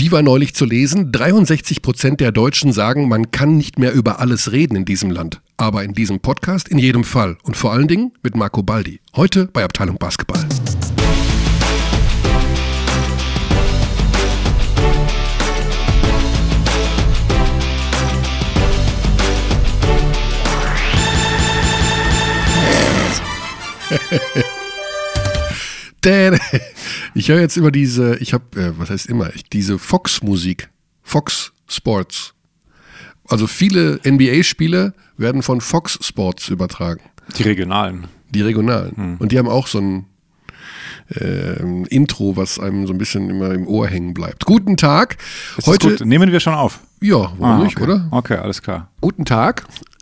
Wie war neulich zu lesen, 63% der Deutschen sagen, man kann nicht mehr über alles reden in diesem Land. Aber in diesem Podcast in jedem Fall. Und vor allen Dingen mit Marco Baldi. Heute bei Abteilung Basketball. Ich höre jetzt immer diese Fox-Musik, Fox Sports. Also viele NBA-Spiele werden von Fox Sports übertragen. Die regionalen. Und die haben auch so ein Intro, was einem so ein bisschen immer im Ohr hängen bleibt. Guten Tag. Heute gut. Nehmen wir schon auf. Ja, warum nicht, okay. Oder? Okay, alles klar. Guten Tag.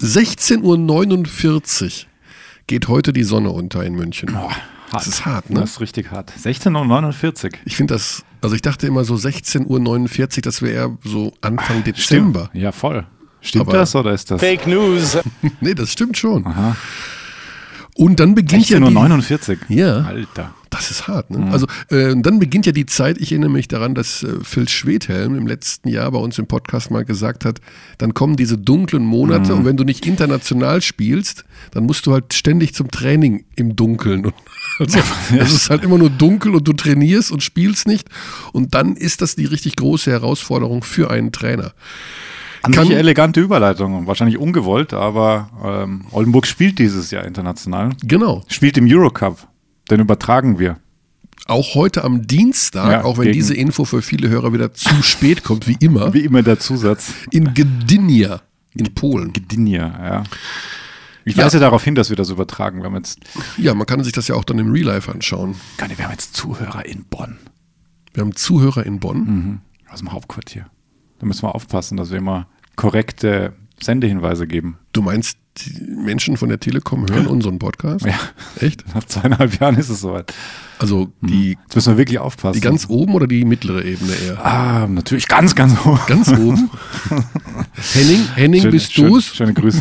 16:49 Uhr geht heute die Sonne unter in München. Oh, das ist hart, ne? Das ist richtig hart. 16:49 Uhr. Ich finde das, also ich dachte immer so 16:49 Uhr, das wäre eher so Anfang Dezember. Stimmt. Ja, voll. Stimmt aber das oder ist das? Fake News. Nee, das stimmt schon. Aha. Und dann beginnt 16:49 Uhr. Ja. Alter. Das ist hart, ne? Also dann beginnt ja die Zeit, ich erinnere mich daran, dass Phil Schwedhelm im letzten Jahr bei uns im Podcast mal gesagt hat, dann kommen diese dunklen Monate und wenn du nicht international spielst, dann musst du halt ständig zum Training im Dunkeln. Also es ist halt immer nur dunkel und du trainierst und spielst nicht und dann ist das die richtig große Herausforderung für einen Trainer. An sich elegante Überleitung, wahrscheinlich ungewollt, aber Oldenburg spielt dieses Jahr international. Genau. Spielt im Eurocup. Den übertragen wir. Auch heute am Dienstag, ja, auch wenn diese Info für viele Hörer wieder zu spät kommt, wie immer. Wie immer der Zusatz. In Gdynia, in Polen. Gdynia, ja. Ich weise darauf hin, dass wir das übertragen. Wir haben jetzt man kann sich das ja auch dann im Real Life anschauen. Wir haben jetzt Zuhörer in Bonn. Wir haben Zuhörer in Bonn? Mhm. Aus dem Hauptquartier. Da müssen wir aufpassen, dass wir immer korrekte Sendehinweise geben. Du meinst, die Menschen von der Telekom hören unseren Podcast? Ja. Echt? Nach 2,5 Jahren ist es soweit. Also Jetzt müssen wir wirklich aufpassen. Die ganz oben oder die mittlere Ebene eher? Ah, natürlich ganz, ganz oben. Ganz oben? Henning, bist du's? Schöne Grüße.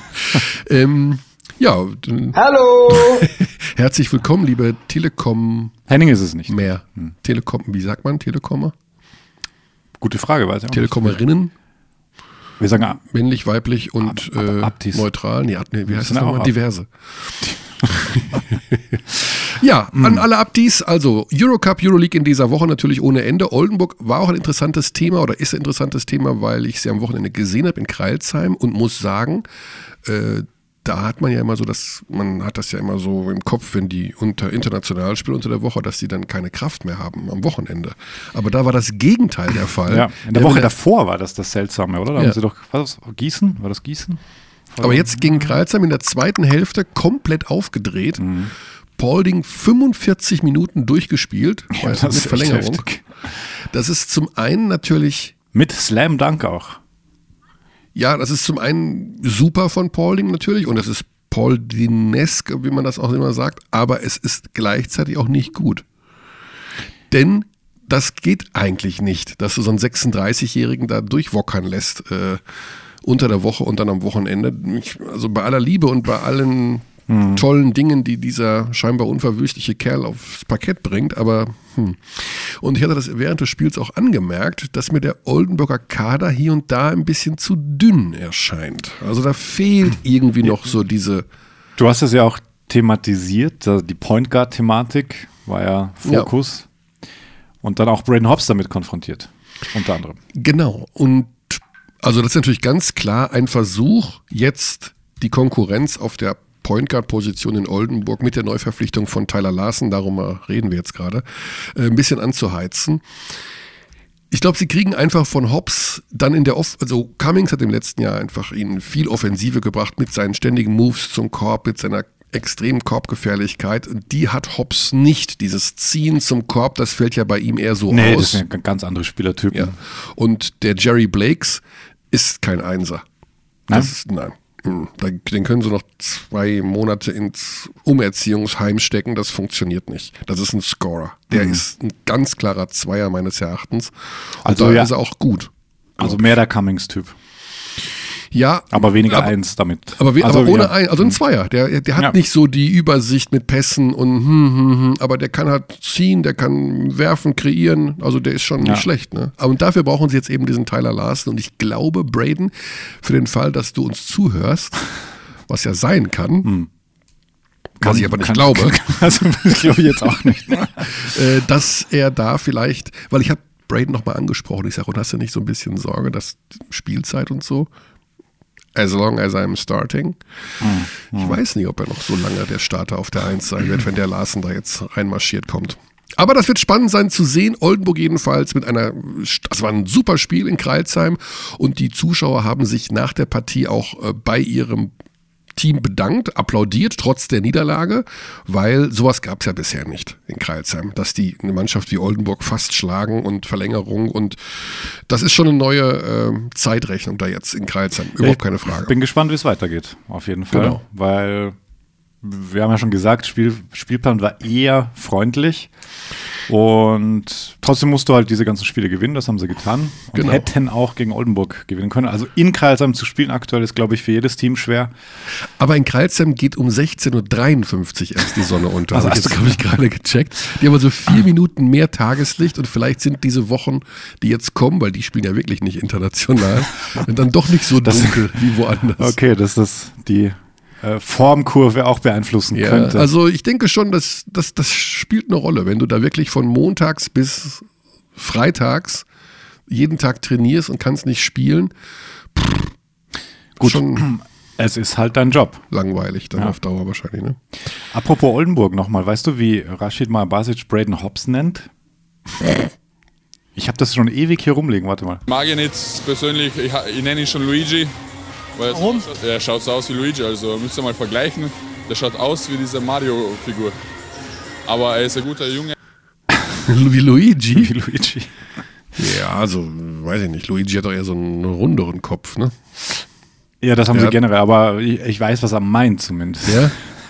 Hallo! Herzlich willkommen, liebe Telekom. Henning ist es nicht. Mehr. Telekom, wie sagt man Telekommer? Gute Frage, weiß ich auch. Telekommerinnen? Wir sagen männlich, weiblich und neutral. Nee, wie heißt das nochmal? Diverse. An alle Abdis, also Eurocup, Euroleague in dieser Woche natürlich ohne Ende. Oldenburg war auch ein interessantes Thema oder ist ein interessantes Thema, weil ich sie am Wochenende gesehen habe in Crailsheim und muss sagen, da hat man ja immer so, man hat das ja immer so im Kopf, wenn die international spielen unter der Woche, dass die dann keine Kraft mehr haben am Wochenende. Aber da war das Gegenteil der Fall. Ja, in der Woche davor war das Seltsame, oder? Da haben sie doch, Gießen? War das Gießen? Aber jetzt gegen Crailsheim in der zweiten Hälfte komplett aufgedreht. Paulding 45 Minuten durchgespielt, mit Verlängerung. Das ist zum einen natürlich... Mit Slam Dunk auch. Ja, das ist zum einen super von Paulding natürlich und es ist Paulding-esk, wie man das auch immer sagt, aber es ist gleichzeitig auch nicht gut. Denn das geht eigentlich nicht, dass du so einen 36-Jährigen da durchwockern lässt unter der Woche und dann am Wochenende. Also bei aller Liebe und bei allen tollen Dingen, die dieser scheinbar unverwüstliche Kerl aufs Parkett bringt, aber Und ich hatte das während des Spiels auch angemerkt, dass mir der Oldenburger Kader hier und da ein bisschen zu dünn erscheint. Also da fehlt irgendwie noch so diese... Du hast es ja auch thematisiert, die Point Guard-Thematik war ja Fokus. Ja. Und dann auch Braden Hobbs damit konfrontiert, unter anderem. Genau. Und also das ist natürlich ganz klar ein Versuch, jetzt die Konkurrenz auf der Point Guard Position in Oldenburg mit der Neuverpflichtung von Tyler Larsen, darum reden wir jetzt gerade, ein bisschen anzuheizen. Ich glaube, sie kriegen einfach von Hobbs dann in der also Cummings hat im letzten Jahr einfach ihnen viel Offensive gebracht mit seinen ständigen Moves zum Korb, mit seiner extremen Korbgefährlichkeit. Und die hat Hobbs nicht. Dieses Ziehen zum Korb, das fällt ja bei ihm eher so aus. Nee, das sind ja ganz andere Spielertypen. Ja. Und der Jerry Blakes ist kein Einser. Nein? Nein. Den können sie noch 2 Monate ins Umerziehungsheim stecken, das funktioniert nicht. Das ist ein Scorer. Der ist ein ganz klarer Zweier meines Erachtens. Und also da ist er auch gut. Also mehr der Cummings-Typ. Ja, aber weniger eins damit. Aber ohne ein Zweier. Der hat nicht so die Übersicht mit Pässen und aber der kann halt ziehen, der kann werfen, kreieren. Also der ist schon nicht schlecht. Ne? Und dafür brauchen sie jetzt eben diesen Tyler Larson. Und ich glaube, Braden, für den Fall, dass du uns zuhörst, was ja sein kann, was ich aber nicht glaube. Also das glaube ich jetzt auch nicht. Dass er da vielleicht, weil ich habe Braden nochmal angesprochen, ich sage, und hast du nicht so ein bisschen Sorge, dass Spielzeit und so, as long as I'm starting. Ich weiß nicht, ob er noch so lange der Starter auf der 1 sein wird, wenn der Larsen da jetzt reinmarschiert kommt. Aber das wird spannend sein zu sehen. Oldenburg jedenfalls das war ein super Spiel in Crailsheim und die Zuschauer haben sich nach der Partie auch bei ihrem Team bedankt, applaudiert, trotz der Niederlage, weil sowas gab es ja bisher nicht in Crailsheim, dass die eine Mannschaft wie Oldenburg fast schlagen und Verlängerung und das ist schon eine neue Zeitrechnung da jetzt in Crailsheim, überhaupt keine Frage. Ich bin gespannt, wie es weitergeht, auf jeden Fall, weil wir haben ja schon gesagt, Spielplan war eher freundlich und trotzdem musst du halt diese ganzen Spiele gewinnen, das haben sie getan und hätten auch gegen Oldenburg gewinnen können. Also in Crailsheim zu spielen aktuell ist, glaube ich, für jedes Team schwer. Aber in Crailsheim geht um 16.53 Uhr erst die Sonne unter. Also das habe ich gerade gecheckt. Die haben also 4 Minuten mehr Tageslicht und vielleicht sind diese Wochen, die jetzt kommen, weil die spielen ja wirklich nicht international, dann doch nicht so dunkel wie woanders. Okay, dass das die Formkurve auch beeinflussen könnte. Also ich denke schon, dass das spielt eine Rolle, wenn du da wirklich von montags bis freitags jeden Tag trainierst und kannst nicht spielen. Gut, schon es ist halt dein Job. Langweilig dann auf Dauer wahrscheinlich. Ne? Apropos Oldenburg nochmal, weißt du, wie Rashid Mahbasic Braden Hobbs nennt? Ich habe das schon ewig hier rumliegen, warte mal. Mag ihn jetzt persönlich, ich nenne ihn schon Luigi. Warum? Er schaut so aus wie Luigi, also müsst ihr mal vergleichen. Der schaut aus wie diese Mario-Figur. Aber er ist ein guter Junge. Wie Luigi? Wie Luigi. Ja, also weiß ich nicht. Luigi hat doch eher so einen runderen Kopf, ne? Ja, das haben sie generell, aber ich weiß, was er meint zumindest. Ja?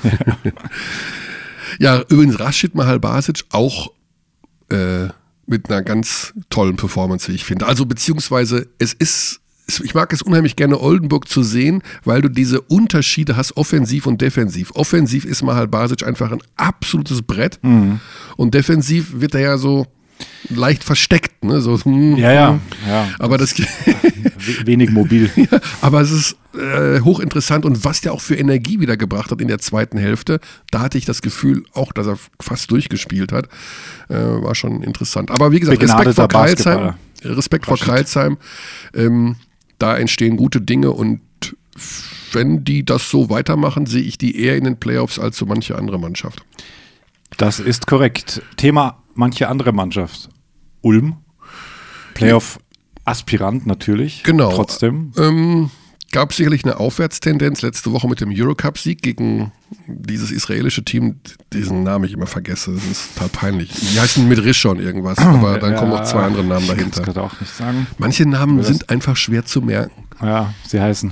Ja, übrigens Rashid Mahbasic auch mit einer ganz tollen Performance, wie ich finde. Also beziehungsweise ich mag es unheimlich gerne, Oldenburg zu sehen, weil du diese Unterschiede hast, offensiv und defensiv. Offensiv ist Mahbasic einfach ein absolutes Brett und defensiv wird er ja so leicht versteckt. Ne? So, ja. Aber das wenig mobil. Ja, aber es ist hochinteressant und was der auch für Energie wieder gebracht hat in der zweiten Hälfte, da hatte ich das Gefühl, auch dass er fast durchgespielt hat, war schon interessant. Aber wie gesagt, Respekt vor Crailsheim. Da entstehen gute Dinge und wenn die das so weitermachen, sehe ich die eher in den Playoffs als so manche andere Mannschaft. Das ist korrekt. Thema manche andere Mannschaft. Ulm. Playoff-Aspirant natürlich. Genau. Trotzdem. Gab sicherlich eine Aufwärtstendenz letzte Woche mit dem Eurocup-Sieg gegen dieses israelische Team, dessen Namen ich immer vergesse. Das ist total peinlich. Die heißen mit Rishon irgendwas, aber dann kommen noch 2 andere Namen dahinter. Das kann ich auch nicht sagen. Manche Namen sind einfach schwer zu merken. Ja, sie heißen.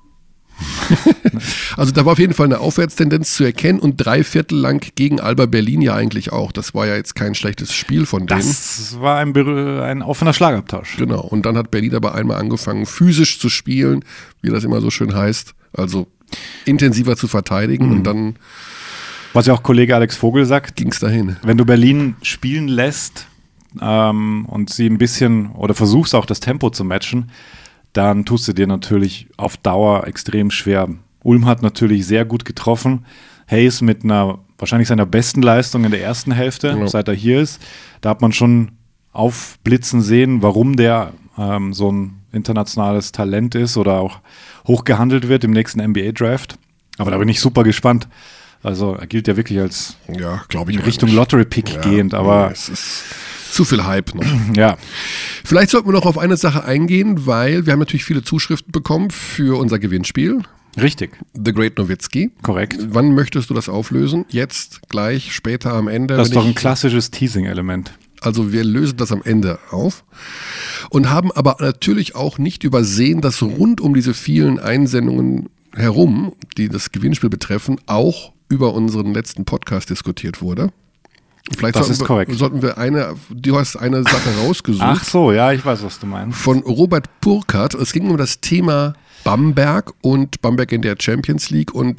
Also da war auf jeden Fall eine Aufwärtstendenz zu erkennen und 3/4 lang gegen Alba Berlin ja eigentlich auch. Das war ja jetzt kein schlechtes Spiel von denen. Das war ein offener Schlagabtausch. Genau, und dann hat Berlin aber einmal angefangen, physisch zu spielen, wie das immer so schön heißt, also intensiver zu verteidigen und dann... Was ja auch Kollege Alex Vogel sagt, ging es dahin. Wenn du Berlin spielen lässt und sie ein bisschen oder versuchst auch das Tempo zu matchen, dann tust du dir natürlich auf Dauer extrem schwer. Ulm hat natürlich sehr gut getroffen. Hayes mit wahrscheinlich seiner besten Leistung in der ersten Hälfte, seit er hier ist. Da hat man schon aufblitzen sehen, warum der so ein internationales Talent ist oder auch hoch gehandelt wird im nächsten NBA-Draft. Aber da bin ich super gespannt. Also er gilt ja wirklich als in Richtung Lottery-Pick gehend, aber es ist zu viel Hype noch. Ja. Vielleicht sollten wir noch auf eine Sache eingehen, weil wir haben natürlich viele Zuschriften bekommen für unser Gewinnspiel. Richtig. The Great Nowitzki. Korrekt. Wann möchtest du das auflösen? Jetzt, gleich, später, am Ende? Das ist doch ein klassisches Teasing-Element. Also wir lösen das am Ende auf und haben aber natürlich auch nicht übersehen, dass rund um diese vielen Einsendungen herum, die das Gewinnspiel betreffen, auch über unseren letzten Podcast diskutiert wurde. Vielleicht sollten wir du hast eine Sache rausgesucht. Ach so, ja, ich weiß, was du meinst. Von Robert Burkhardt. Es ging um das Thema Bamberg und Bamberg in der Champions League und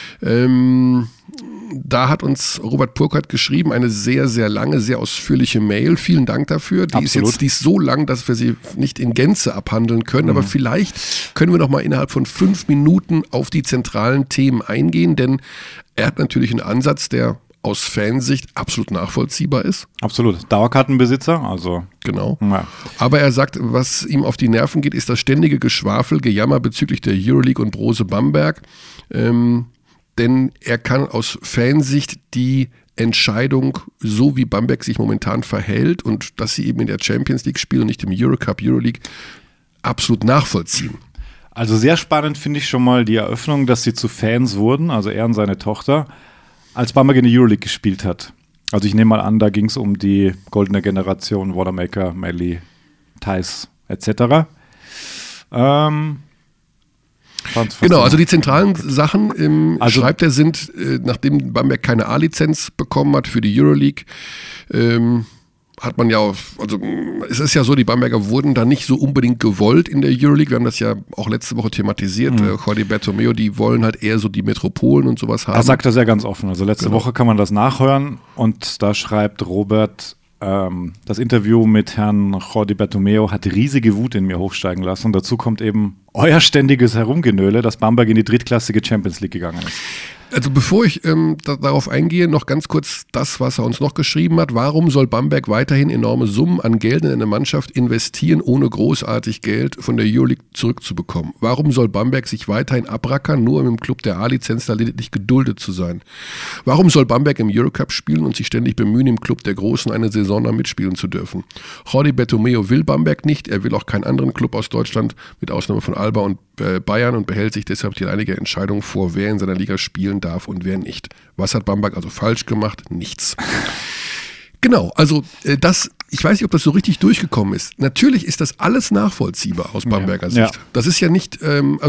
da hat uns Robert Burkhardt geschrieben, eine sehr, sehr lange, sehr ausführliche Mail. Vielen Dank dafür. Die ist so lang, dass wir sie nicht in Gänze abhandeln können. Aber vielleicht können wir noch mal innerhalb von 5 Minuten auf die zentralen Themen eingehen, denn er hat natürlich einen Ansatz, der aus Fansicht absolut nachvollziehbar ist. Absolut. Dauerkartenbesitzer, also. Genau. Ja. Aber er sagt, was ihm auf die Nerven geht, ist das ständige Geschwafel, Gejammer bezüglich der Euroleague und Brose Bamberg. Denn er kann aus Fansicht die Entscheidung, so wie Bamberg sich momentan verhält und dass sie eben in der Champions League spielen und nicht im Eurocup, Euroleague, absolut nachvollziehen. Also sehr spannend finde ich schon mal die Eröffnung, dass sie zu Fans wurden, also er und seine Tochter, als Bamberg in der Euroleague gespielt hat. Also ich nehme mal an, da ging es um die goldene Generation, Watermaker, Melli, Theis etc. Genau, also die zentralen Sachen, schreibt er, sind, nachdem Bamberg keine A-Lizenz bekommen hat für die Euroleague, hat man ja auch, also es ist ja so, die Bamberger wurden da nicht so unbedingt gewollt in der Euroleague. Wir haben das ja auch letzte Woche thematisiert. Jordi Bertomeu, die wollen halt eher so die Metropolen und sowas haben. Er sagt das ja ganz offen. Also letzte Woche kann man das nachhören und da schreibt Robert, das Interview mit Herrn Jordi Bertomeu hat riesige Wut in mir hochsteigen lassen. Und dazu kommt eben euer ständiges Herumgenöle, dass Bamberg in die drittklassige Champions League gegangen ist. Also bevor ich darauf eingehe, noch ganz kurz das, was er uns noch geschrieben hat. Warum soll Bamberg weiterhin enorme Summen an Geld in eine Mannschaft investieren, ohne großartig Geld von der Euroleague zurückzubekommen? Warum soll Bamberg sich weiterhin abrackern, nur um im Club der A-Lizenz da lediglich geduldet zu sein? Warum soll Bamberg im Eurocup spielen und sich ständig bemühen, im Club der Großen eine Saison lang mitspielen zu dürfen? Jordi Bertomeu will Bamberg nicht, er will auch keinen anderen Club aus Deutschland, mit Ausnahme von Alba und Bayern, und behält sich deshalb die alleinige Entscheidung vor, wer in seiner Liga spielen darf und wer nicht. Was hat Bamberg also falsch gemacht? Nichts. Genau, also ich weiß nicht, ob das so richtig durchgekommen ist. Natürlich ist das alles nachvollziehbar aus Bamberger Sicht. Ja. Das ist ja nicht,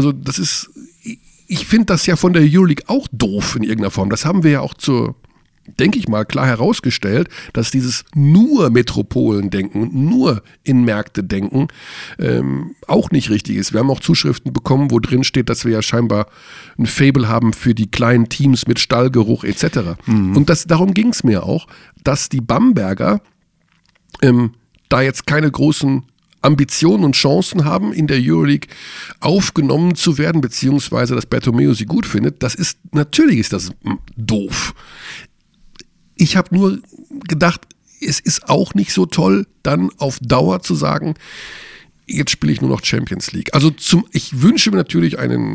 ich finde das ja von der Euroleague auch doof in irgendeiner Form. Das haben wir ja auch denke ich mal, klar herausgestellt, dass dieses nur Metropolen-Denken, nur in Märkte denken, auch nicht richtig ist. Wir haben auch Zuschriften bekommen, wo drin steht, dass wir ja scheinbar ein Faible haben für die kleinen Teams mit Stallgeruch etc. Und darum ging es mir auch, dass die Bamberger da jetzt keine großen Ambitionen und Chancen haben, in der Euroleague aufgenommen zu werden, beziehungsweise dass Bertomeu sie gut findet. Natürlich ist das doof. Ich habe nur gedacht, es ist auch nicht so toll, dann auf Dauer zu sagen, jetzt spiele ich nur noch Champions League. Also ich wünsche mir natürlich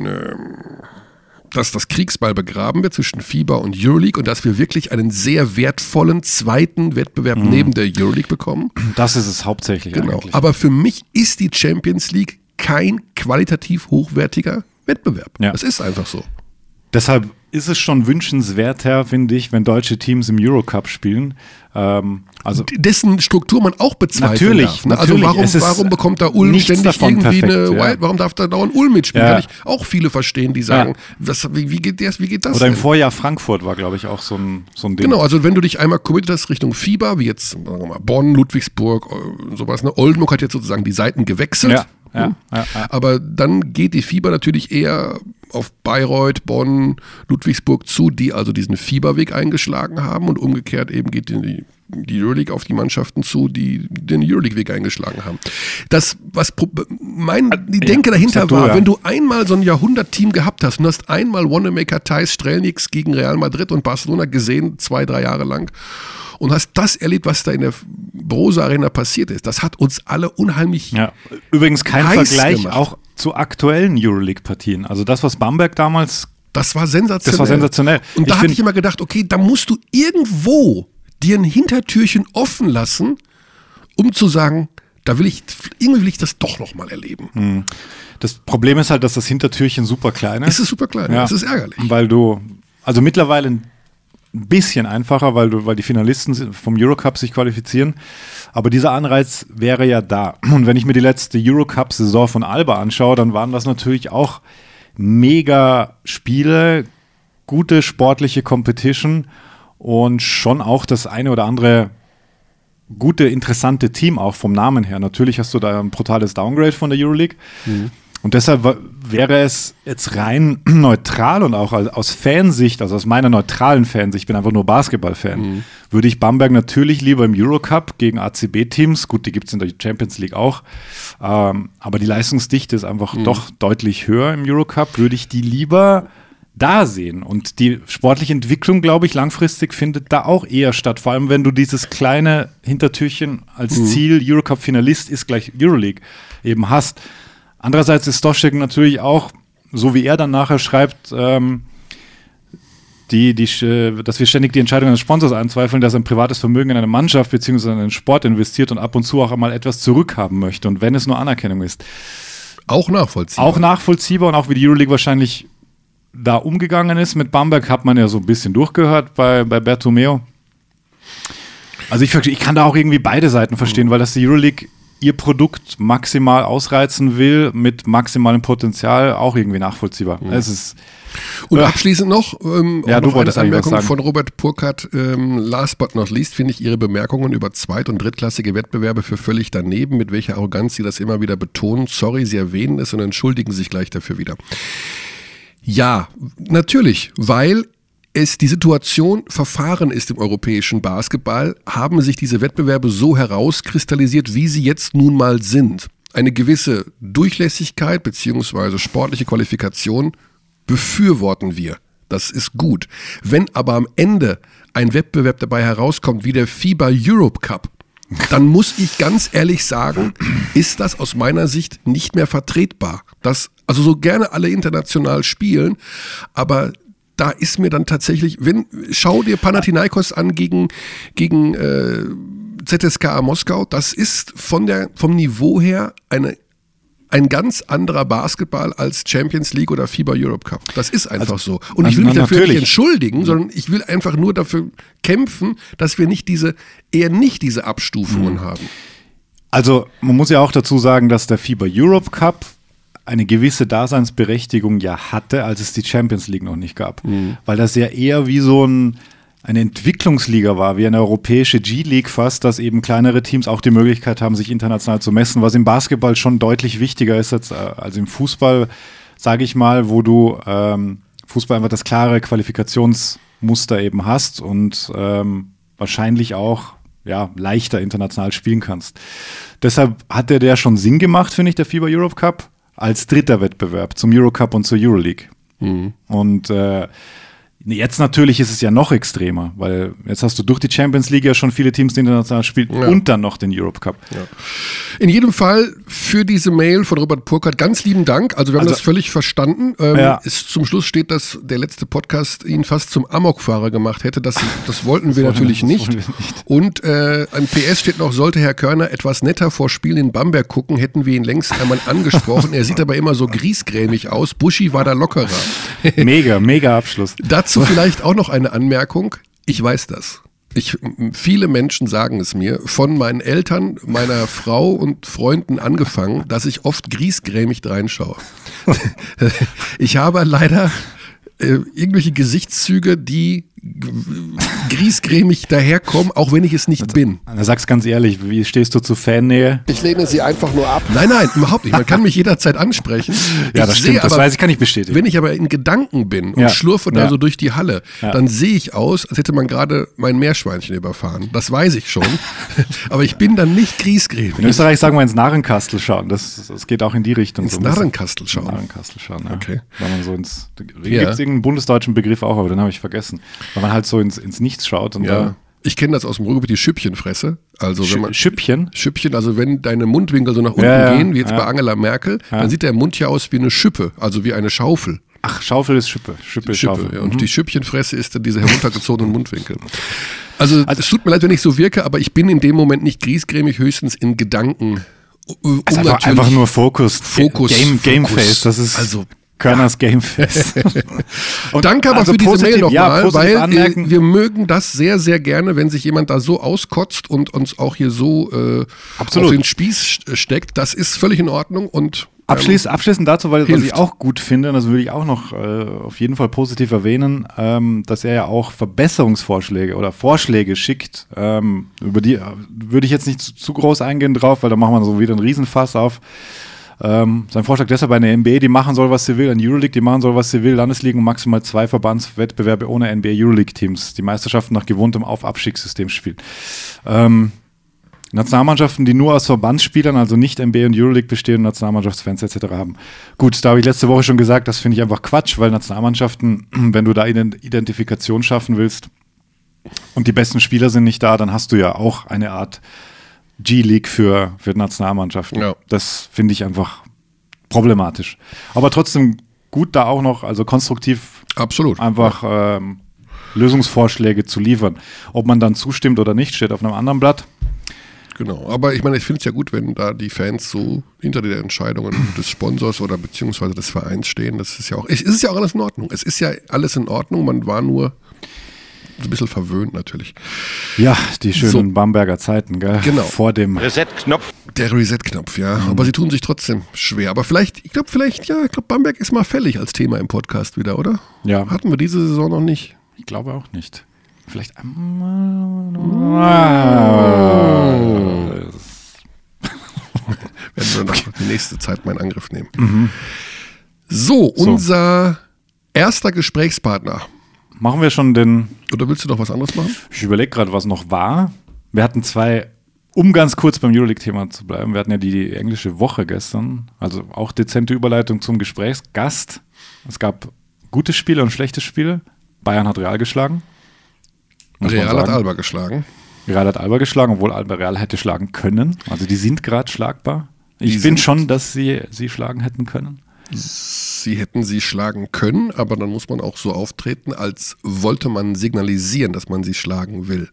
dass das Kriegsball begraben wird zwischen FIBA und Euroleague und dass wir wirklich einen sehr wertvollen zweiten Wettbewerb neben der Euroleague bekommen. Das ist es hauptsächlich eigentlich. Aber für mich ist die Champions League kein qualitativ hochwertiger Wettbewerb. Ja. Das ist einfach so. Deshalb ist es schon wünschenswerter, finde ich, wenn deutsche Teams im Eurocup spielen. Dessen Struktur man auch bezweifeln darf. Ne? Natürlich. Also warum bekommt da Ulm ständig irgendwie warum darf da dauernd Ulm mitspielen? Ja. Kann ich auch viele verstehen, die sagen, wie geht das Oder im Vorjahr Frankfurt war, glaube ich, auch so ein Ding. Genau, also wenn du dich einmal committed hast Richtung FIBA, wie jetzt sagen wir mal, Bonn, Ludwigsburg, sowas, ne? Oldenburg hat jetzt sozusagen die Seiten gewechselt. Ja. Aber dann geht die FIBA natürlich eher auf Bayreuth, Bonn, Ludwigsburg zu, die also diesen FIBA-Weg eingeschlagen haben, und umgekehrt eben geht die Euroleague auf die Mannschaften zu, die den Euroleague-Weg eingeschlagen haben. Die Denke dahinter war, wenn du einmal so ein Jahrhundert-Team gehabt hast und hast einmal Wanamaker, Theis, Strelnieks gegen Real Madrid und Barcelona gesehen, 2-3 Jahre lang, und hast das erlebt, was da in der Brose Arena passiert ist. Das hat uns alle unheimlich übrigens kein Vergleich gemacht. Auch zu aktuellen Euroleague-Partien. Also das, was Bamberg damals... Das war sensationell. Und da hatte ich immer gedacht, okay, da musst du irgendwo dir ein Hintertürchen offen lassen, um zu sagen, irgendwie will ich das doch noch mal erleben. Das Problem ist halt, dass das Hintertürchen super klein ist. Es ist super klein, das ist ärgerlich. Weil also mittlerweile ein bisschen einfacher, weil die Finalisten vom Eurocup sich qualifizieren. Aber dieser Anreiz wäre ja da. Und wenn ich mir die letzte Eurocup-Saison von Alba anschaue, dann waren das natürlich auch mega Spiele, gute sportliche Competition und schon auch das eine oder andere gute, interessante Team auch vom Namen her. Natürlich hast du da ein brutales Downgrade von der Euroleague. Und deshalb wäre es jetzt rein neutral und auch aus Fansicht, also aus meiner neutralen Fansicht, ich bin einfach nur Basketball-Fan, würde ich Bamberg natürlich lieber im Eurocup gegen ACB-Teams, gut, die gibt es in der Champions League auch, aber die Leistungsdichte ist einfach doch deutlich höher im Eurocup, würde ich die lieber da sehen. Und die sportliche Entwicklung, glaube ich, langfristig findet da auch eher statt. Vor allem, wenn du dieses kleine Hintertürchen als Ziel, Eurocup-Finalist ist gleich Euroleague, eben hast. Andererseits ist Stoschek natürlich auch, so wie er dann nachher schreibt, dass wir ständig die Entscheidung eines Sponsors anzweifeln, dass ein privates Vermögen in eine Mannschaft bzw. in einen Sport investiert und ab und zu auch einmal etwas zurückhaben möchte. Und wenn es nur Anerkennung ist. Auch nachvollziehbar. Auch nachvollziehbar und auch wie die Euroleague wahrscheinlich da umgegangen ist mit Bamberg, hat man ja so ein bisschen durchgehört bei Bertomeu. Also ich kann da auch irgendwie beide Seiten verstehen, weil das die Euroleague ihr Produkt maximal ausreizen will, mit maximalem Potenzial, auch irgendwie nachvollziehbar. Es ist und abschließend noch, ja, noch eine Anmerkung von Robert Burkhardt. Last but not least finde ich Ihre Bemerkungen über zweit- und drittklassige Wettbewerbe für völlig daneben, mit welcher Arroganz Sie das immer wieder betonen. Sorry, Sie erwähnen es und entschuldigen sich gleich dafür wieder. Ja, natürlich, weil es die Situation verfahren ist im europäischen Basketball, haben sich diese Wettbewerbe so herauskristallisiert, wie sie jetzt nun mal sind. Eine gewisse Durchlässigkeit bzw. sportliche Qualifikation befürworten wir. Das ist gut. Wenn aber am Ende ein Wettbewerb dabei herauskommt wie der FIBA Europe Cup, dann muss ich ganz ehrlich sagen, ist das aus meiner Sicht nicht mehr vertretbar. Also so gerne alle international spielen, aber da ist mir dann tatsächlich, schau dir Panathinaikos an gegen ZSKA Moskau, das ist vom Niveau her ein ganz anderer Basketball als Champions League oder FIBA Europe Cup. Das ist einfach so. Und ich will mich dafür nicht entschuldigen, sondern ich will einfach nur dafür kämpfen, dass wir eher nicht diese Abstufungen haben. Also man muss ja auch dazu sagen, dass der FIBA Europe Cup eine gewisse Daseinsberechtigung ja hatte, als es die Champions League noch nicht gab. Weil das ja eher wie so eine Entwicklungsliga war, wie eine europäische G-League fast, dass eben kleinere Teams auch die Möglichkeit haben, sich international zu messen, was im Basketball schon deutlich wichtiger ist als im Fußball, sage ich mal, wo du Fußball einfach das klare Qualifikationsmuster eben hast und wahrscheinlich auch leichter international spielen kannst. Deshalb hat der schon Sinn gemacht, finde ich, der FIBA Europe Cup, als dritter Wettbewerb zum Eurocup und zur Euroleague. Und jetzt natürlich ist es ja noch extremer, weil jetzt hast du durch die Champions League ja schon viele Teams, die international spielen und dann noch den Europe Cup. Ja. In jedem Fall für diese Mail von Robert Burkhardt ganz lieben Dank. Also wir haben das völlig verstanden. Zum Schluss steht, dass der letzte Podcast ihn fast zum Amokfahrer gemacht hätte. Das wollten wir natürlich nicht. Und ein PS steht noch, sollte Herr Körner etwas netter vor Spielen in Bamberg gucken, hätten wir ihn längst einmal angesprochen. Er sieht aber immer so griesgrämig aus. Buschi war da lockerer. Mega Abschluss. Dazu vielleicht auch noch eine Anmerkung. Ich weiß das. Viele Menschen sagen es mir, von meinen Eltern, meiner Frau und Freunden angefangen, dass ich oft griesgrämig reinschaue. Ich habe leider irgendwelche Gesichtszüge, die griesgrämig daherkommen, auch wenn ich es nicht bin. Sag's ganz ehrlich, wie stehst du zu Fannähe? Ich lehne sie einfach nur ab. Nein, überhaupt nicht. Man kann mich jederzeit ansprechen. Ja, das stimmt, das kann ich bestätigen. Wenn ich aber in Gedanken bin und schlurfe da so durch die Halle, dann sehe ich aus, als hätte man gerade mein Meerschweinchen überfahren. Das weiß ich schon. Aber ich bin dann nicht griesgrämig. In Österreich sagen wir ins Narrenkastel schauen. Das geht auch in die Richtung. Ins Narrenkastel schauen? Narrenkastel schauen, ja. Okay. Weil man so gibt es irgendeinen bundesdeutschen Begriff auch, aber den habe ich vergessen. Weil man halt so ins Nichts schaut. Und ich kenne das aus dem Ruhrgebiet, die Schüppchenfresse. Also wenn man Schüppchen, also wenn deine Mundwinkel so nach unten gehen, wie jetzt bei Angela Merkel, dann sieht der Mund ja aus wie eine Schippe, also wie eine Schaufel. Ach, Schaufel ist Schippe. Schippe ist Schaufel. Ja, und die Schüppchenfresse ist dann diese heruntergezogenen Mundwinkel. Also es tut mir leid, wenn ich so wirke, aber ich bin in dem Moment nicht griesgrämig, höchstens in Gedanken. Einfach nur Fokus. Gameface, das ist also Körners Gameface. Danke aber für diese Mail nochmal, weil wir mögen das sehr, sehr gerne, wenn sich jemand da so auskotzt und uns auch hier so auf den Spieß steckt. Das ist völlig in Ordnung und Abschließend dazu, was ich auch gut finde, und das würde ich auch noch auf jeden Fall positiv erwähnen, dass er ja auch Verbesserungsvorschläge oder Vorschläge schickt. Über die würde ich jetzt nicht zu groß eingehen drauf, weil da machen wir so wieder einen Riesenfass auf. Sein Vorschlag deshalb eine NBA, die machen soll, was sie will, eine Euroleague, die machen soll, was sie will, Landesligen und maximal 2 Verbandswettbewerbe ohne NBA-Euroleague-Teams, die Meisterschaften nach gewohntem Auf-Abstiegssystem spielen. Nationalmannschaften, die nur aus Verbandsspielern, also nicht NBA und Euroleague bestehen, Nationalmannschaftsfans etc. haben. Gut, da habe ich letzte Woche schon gesagt, das finde ich einfach Quatsch, weil Nationalmannschaften, wenn du da Identifikation schaffen willst und die besten Spieler sind nicht da, dann hast du ja auch eine Art G-League für Nationalmannschaften. Ja. Das finde ich einfach problematisch. Aber trotzdem gut da auch noch, also konstruktiv absolut einfach Lösungsvorschläge zu liefern. Ob man dann zustimmt oder nicht, steht auf einem anderen Blatt. Genau, aber ich meine, ich finde es ja gut, wenn da die Fans so hinter den Entscheidungen des Sponsors oder beziehungsweise des Vereins stehen. Das ist ja auch, es ist ja auch alles in Ordnung. Es ist ja alles in Ordnung, man war nur ein bisschen verwöhnt natürlich. Ja, die schönen Bamberger Zeiten, gell? Genau. Vor dem Reset-Knopf. Der Reset-Knopf, ja. Aber sie tun sich trotzdem schwer. Aber ich glaube, Bamberg ist mal fällig als Thema im Podcast wieder, oder? Ja. Hatten wir diese Saison noch nicht? Ich glaube auch nicht. Vielleicht Werden wir noch die nächste Zeit meinen Angriff nehmen. Mhm. So, unser erster Gesprächspartner. Machen wir schon den... Oder willst du noch was anderes machen? Ich überlege gerade, was noch war. Wir hatten 2, um ganz kurz beim Euroleague-Thema zu bleiben, wir hatten ja die englische Woche gestern, also auch dezente Überleitung zum Gesprächsgast. Es gab gute Spiele und schlechte Spiele. Bayern hat Real geschlagen. Real hat Alba geschlagen. Real hat Alba geschlagen, obwohl Alba Real hätte schlagen können. Also die sind gerade schlagbar. Ich finde schon, dass sie schlagen hätten können. Sie hätten sie schlagen können, aber dann muss man auch so auftreten, als wollte man signalisieren, dass man sie schlagen will.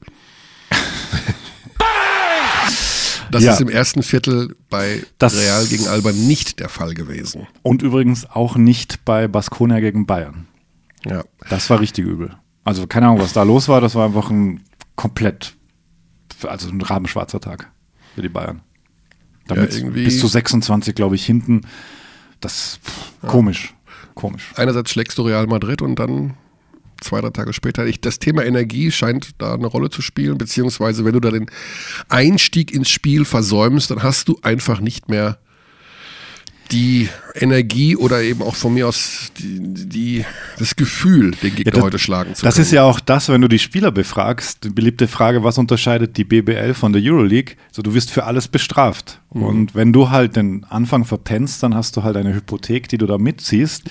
Das ist im ersten Viertel bei Real gegen Alba nicht der Fall gewesen. Und übrigens auch nicht bei Baskonia gegen Bayern. Ja. Das war richtig übel. Also keine Ahnung, was da los war. Das war einfach ein rabenschwarzer Tag für die Bayern. Damit bis zu 26, glaube ich, hinten. Das komisch. Einerseits schlägst du Real Madrid und dann 2-3 Tage später. Das Thema Energie scheint da eine Rolle zu spielen, beziehungsweise wenn du da den Einstieg ins Spiel versäumst, dann hast du einfach nicht mehr die Energie oder eben auch von mir aus das Gefühl, den Gegner heute schlagen zu können. Das ist ja auch das, wenn du die Spieler befragst, die beliebte Frage, was unterscheidet die BBL von der Euroleague? So, du wirst für alles bestraft. Mhm. Und wenn du halt den Anfang verpennst, dann hast du halt eine Hypothek, die du da mitziehst,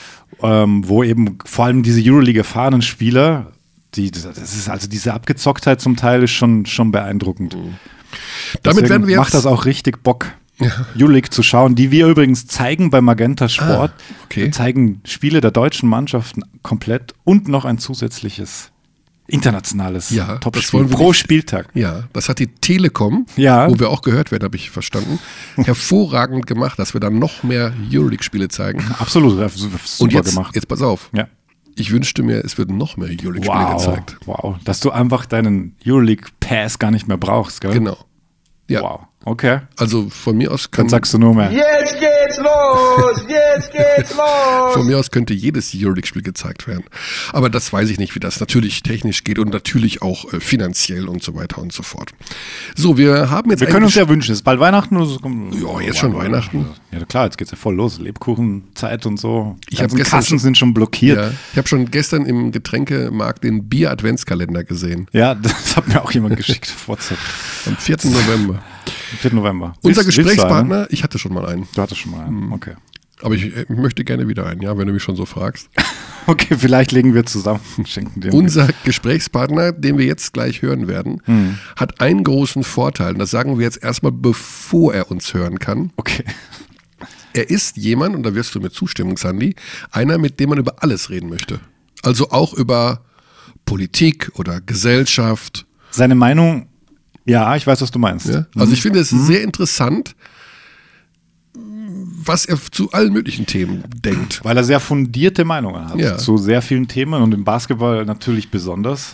wo eben vor allem diese Euroleague erfahrenen Spieler, das ist also diese Abgezocktheit zum Teil ist schon beeindruckend. Mhm. Damit werden wir macht das auch richtig Bock. Euroleague zu schauen, die wir übrigens zeigen bei Magenta Sport. Wir zeigen Spiele der deutschen Mannschaften komplett und noch ein zusätzliches internationales Topspiel pro Spieltag. Ja, das hat die Telekom, wo wir auch gehört werden, habe ich verstanden, hervorragend gemacht, dass wir dann noch mehr Euroleague-Spiele zeigen. Absolut, super und jetzt, gemacht. Jetzt pass auf. Ja. Ich wünschte mir, es würden noch mehr Euroleague-Spiele gezeigt. Wow, dass du einfach deinen Euroleague-Pass gar nicht mehr brauchst, gell? Genau. Ja. Wow, okay. Also von mir aus dann sagst du nur mehr. Jetzt geht's los! Jetzt geht's los! Von mir aus könnte jedes Euroleague-Spiel gezeigt werden. Aber das weiß ich nicht, wie das natürlich technisch geht und natürlich auch finanziell und so weiter und so fort. So, wir haben jetzt. Wir können uns ja wünschen, es ist bald Weihnachten oder so. Ja, jetzt schon Weihnachten. Ja, klar, jetzt geht's ja voll los. Lebkuchenzeit und so. Die ganzen Kassen sind schon blockiert. Ja, ich habe schon gestern im Getränkemarkt den Bier-Adventskalender gesehen. Ja, das hat mir auch jemand geschickt auf WhatsApp. Am 4. November. Am 4. November. Unser Gesprächspartner, ich hatte schon mal einen. Du hattest schon mal einen, okay. Aber ich möchte gerne wieder einen, ja, wenn du mich schon so fragst. Okay, vielleicht legen wir zusammen und schenken dir. Unser Gesprächspartner, den wir jetzt gleich hören werden, hat einen großen Vorteil. Und das sagen wir jetzt erstmal, bevor er uns hören kann. Okay. Er ist jemand, und da wirst du mir zustimmen, Xandi, einer, mit dem man über alles reden möchte. Also auch über Politik oder Gesellschaft. Seine Meinung, ja, ich weiß, was du meinst. Ja? Also ich finde es sehr interessant, was er zu allen möglichen Themen denkt. Weil er sehr fundierte Meinungen hat zu sehr vielen Themen und im Basketball natürlich besonders.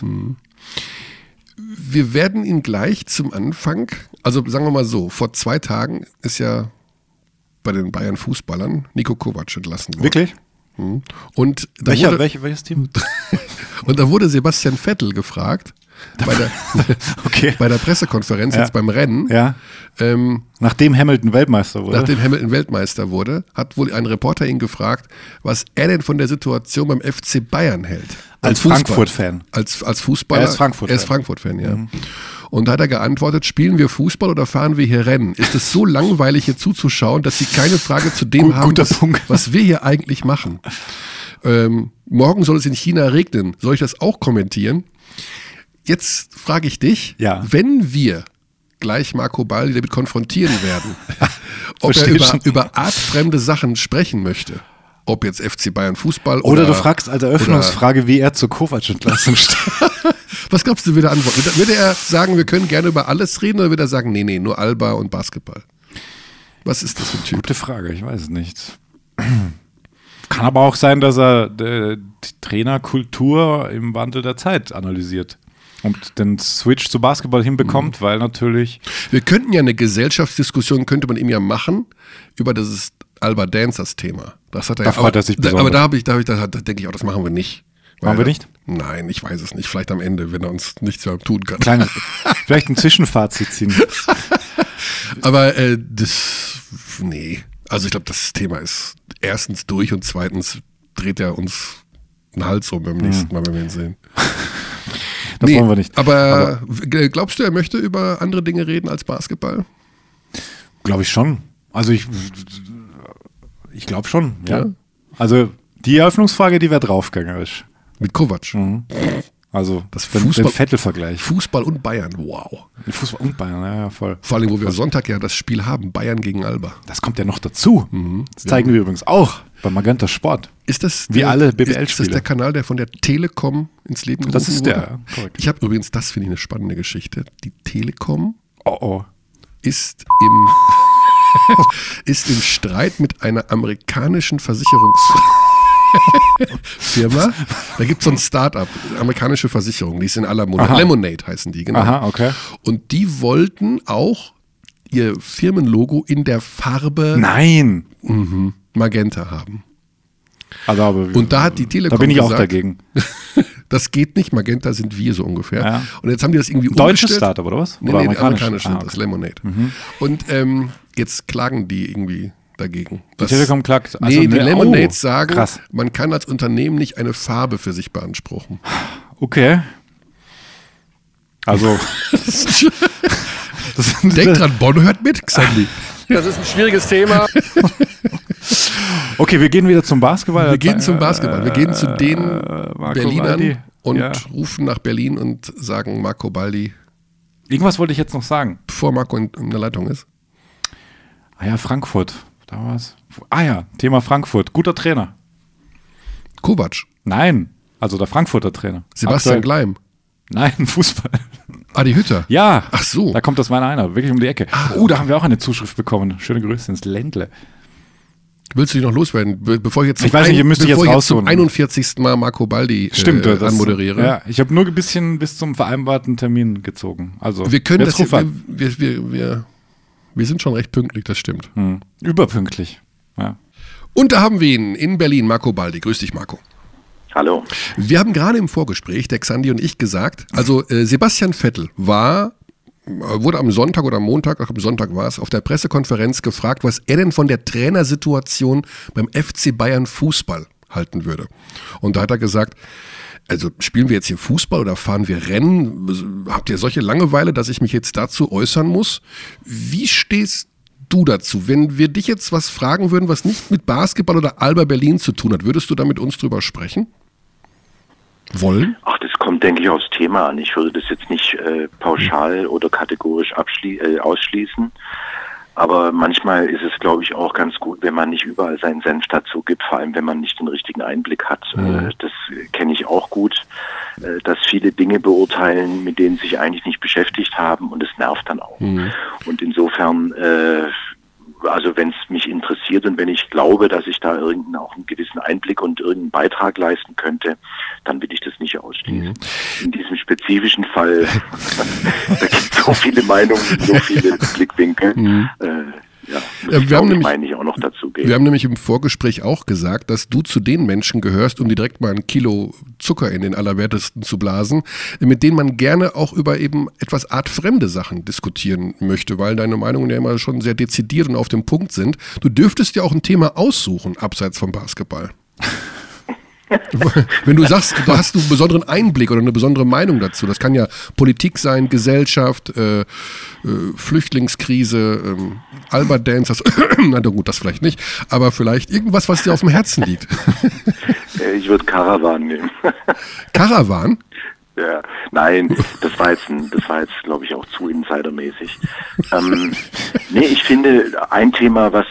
Wir werden ihn gleich zum Anfang, also sagen wir mal so, vor 2 Tagen ist ja bei den Bayern-Fußballern Niko Kovac entlassen worden. Wirklich? Und da welches Team? Und da wurde Sebastian Vettel gefragt, bei der Pressekonferenz jetzt beim Rennen. Ja. Nachdem Hamilton Weltmeister wurde. Hat wohl ein Reporter ihn gefragt, was er denn von der Situation beim FC Bayern hält. Als Frankfurt-Fan. Als Fußballer. Er ist Frankfurt-Fan. Er ist Frankfurt-Fan, ja. Und da hat er geantwortet, spielen wir Fußball oder fahren wir hier Rennen? Ist es so langweilig hier zuzuschauen, dass sie keine Frage zu dem haben, was wir hier eigentlich machen? Morgen soll es in China regnen. Soll ich das auch kommentieren? Jetzt frage ich dich, wenn wir gleich Marco Baldi damit konfrontieren werden, ob er über artfremde Sachen sprechen möchte. Ob jetzt FC Bayern Fußball oder du fragst als Eröffnungsfrage, wie er zur Kovac-Entlassung steht. Was glaubst du, würde er antworten? Würde er sagen, wir können gerne über alles reden, oder würde er sagen, nee, nur Alba und Basketball? Was ist das für ein Typ? Gute Frage, ich weiß es nicht. Kann aber auch sein, dass er die Trainerkultur im Wandel der Zeit analysiert und den Switch zu Basketball hinbekommt, weil natürlich... Wir könnten ja eine Gesellschaftsdiskussion, könnte man ihm ja machen, über das Alba Dancers Thema. Das hat er freut er sich besonders. Aber da denke ich auch, das machen wir nicht. Machen wir nicht? Nein, ich weiß es nicht. Vielleicht am Ende, wenn er uns nichts mehr tun kann. Vielleicht ein Zwischenfazit ziehen. Aber nee. Also ich glaube, das Thema ist erstens durch und zweitens dreht er uns einen Hals um beim nächsten Mal, wenn wir ihn sehen. Das wollen wir nicht. Aber glaubst du, er möchte über andere Dinge reden als Basketball? Glaube ich schon. Also ich glaube schon, ja. Also die Eröffnungsfrage, die wäre draufgängerisch. Mit Kovac. Also das den Vettel-Vergleich. Fußball und Bayern, wow. Fußball und Bayern, ja, voll. Vor allem, wo wir Sonntag ja das Spiel haben, Bayern gegen Alba. Das kommt ja noch dazu. Das zeigen wir übrigens auch bei Magenta Sport. Ist das wie alle BBL-Spiele. Ist das der Kanal, der von der Telekom ins Leben gerufen wurde? Das ist der, ja, korrekt. Ich habe übrigens, das finde ich eine spannende Geschichte. Die Telekom ist im Streit mit einer amerikanischen Versicherungsfirma. Da gibt es so ein Start-up, amerikanische Versicherung, die ist in aller Munde. Lemonade heißen die, genau. Aha, okay. Und die wollten auch ihr Firmenlogo in der Farbe Magenta haben. Und da hat die Telekom Da bin ich gesagt, auch dagegen. Das geht nicht, Magenta sind wir so ungefähr. Ja. Und jetzt haben die das irgendwie Deutsches Startup oder was? Nee, amerikanisch sind das, Lemonade. Und jetzt klagen die irgendwie dagegen. Die Telekom klagt. Also die Lemonades sagen, krass. Man kann als Unternehmen nicht eine Farbe für sich beanspruchen. Okay. Also. Denk dran, Bonn hört mit, Xandi. Das ist ein schwieriges Thema. Okay, wir gehen wieder zum Basketball. Wir gehen zu den Marco Berlinern Baldi. Und rufen nach Berlin und sagen Marco Baldi. Irgendwas wollte ich jetzt noch sagen. Bevor Marco in der Leitung ist. Frankfurt. Da war's. Thema Frankfurt. Guter Trainer. Kovac. Nein, also der Frankfurter Trainer. Sebastian Gleim. Nein, Fußball. Adi Hütter. Ja. Ach so. Da kommt das mal einer, wirklich um die Ecke. Da haben wir auch eine Zuschrift bekommen. Schöne Grüße ins Ländle. Willst du dich noch loswerden, bevor ich jetzt zum, ich weiß nicht, ihr müsst jetzt zum 41. Mal Marco Baldi anmoderiere? Ja, ich habe nur ein bisschen bis zum vereinbarten Termin gezogen. Also wir können das wir sind schon recht pünktlich, das stimmt. Überpünktlich. Ja. Und da haben wir ihn in Berlin, Marco Baldi. Grüß dich, Marco. Hallo. Wir haben gerade im Vorgespräch, der Xandi und ich, gesagt, also Sebastian Vettel wurde am Sonntag oder am Montag, am Sonntag war es, auf der Pressekonferenz gefragt, was er denn von der Trainersituation beim FC Bayern Fußball halten würde. Und da hat er gesagt, also spielen wir jetzt hier Fußball oder fahren wir Rennen? Habt ihr solche Langeweile, dass ich mich jetzt dazu äußern muss? Wie stehst du dazu? Wenn wir dich jetzt was fragen würden, was nicht mit Basketball oder Alba Berlin zu tun hat, würdest du da mit uns drüber sprechen? Wollen? Ach, das kommt, denke ich, aufs Thema an. Ich würde das jetzt nicht pauschal oder kategorisch ausschließen. Aber manchmal ist es, glaube ich, auch ganz gut, wenn man nicht überall seinen Senf dazu gibt, vor allem wenn man nicht den richtigen Einblick hat. Das kenne ich auch gut, dass viele Dinge beurteilen, mit denen sie sich eigentlich nicht beschäftigt haben, und es nervt dann auch. Und insofern, also wenn es mich interessiert und wenn ich glaube, dass ich da auch einen gewissen Einblick und irgendeinen Beitrag leisten könnte, dann will ich das nicht ausschließen. In diesem spezifischen Fall, da gibt es so viele Meinungen, so viele Blickwinkel. Wir haben nämlich, meine ich auch noch dazu. dazugeben. Wir haben nämlich im Vorgespräch auch gesagt, dass du zu den Menschen gehörst, um dir direkt mal 1 Kilo Zucker in den Allerwertesten zu blasen, mit denen man gerne auch über eben etwas artfremde Sachen diskutieren möchte, weil deine Meinungen ja immer schon sehr dezidiert und auf dem Punkt sind. Du dürftest ja auch ein Thema aussuchen, abseits vom Basketball. Wenn du sagst, da hast du einen besonderen Einblick oder eine besondere Meinung dazu, das kann ja Politik sein, Gesellschaft, Flüchtlingskrise, Albert Dance, na gut, das vielleicht nicht, aber vielleicht irgendwas, was dir auf dem Herzen liegt. Ich würde Caravan nehmen. Caravan? Ja, nein, das war jetzt, glaube ich, auch zu insidermäßig. Nee, ich finde, ein Thema, was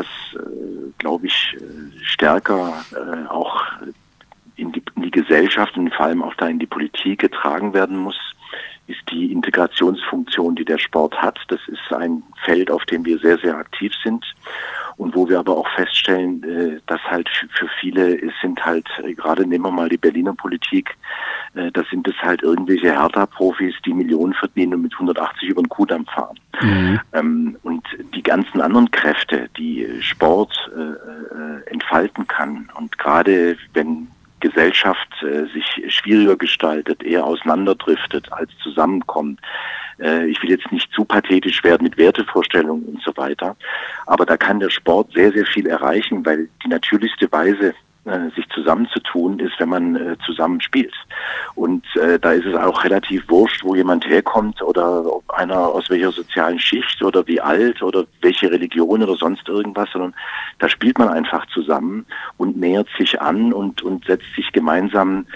glaube ich, stärker auch in die Gesellschaft und vor allem auch da in die Politik getragen werden muss, ist die Integrationsfunktion, die der Sport hat. Das ist ein Feld, auf dem wir sehr, sehr aktiv sind und wo wir aber auch feststellen, dass halt für viele sind halt, gerade nehmen wir mal die Berliner Politik, da sind es halt irgendwelche Hertha-Profis, die Millionen verdienen und mit 180 über den Kuhdamm fahren. Mhm. Und die ganzen anderen Kräfte, die Sport entfalten kann und gerade wenn Gesellschaft sich schwieriger gestaltet, eher auseinanderdriftet als zusammenkommt. Ich will jetzt nicht zu pathetisch werden mit Wertevorstellungen und so weiter, aber da kann der Sport sehr, sehr viel erreichen, weil die natürlichste Weise, sich zusammenzutun, ist, wenn man zusammen spielt. Und da ist es auch relativ wurscht, wo jemand herkommt oder ob einer aus welcher sozialen Schicht oder wie alt oder welche Religion oder sonst irgendwas, sondern da spielt man einfach zusammen und nähert sich an und setzt sich gemeinsam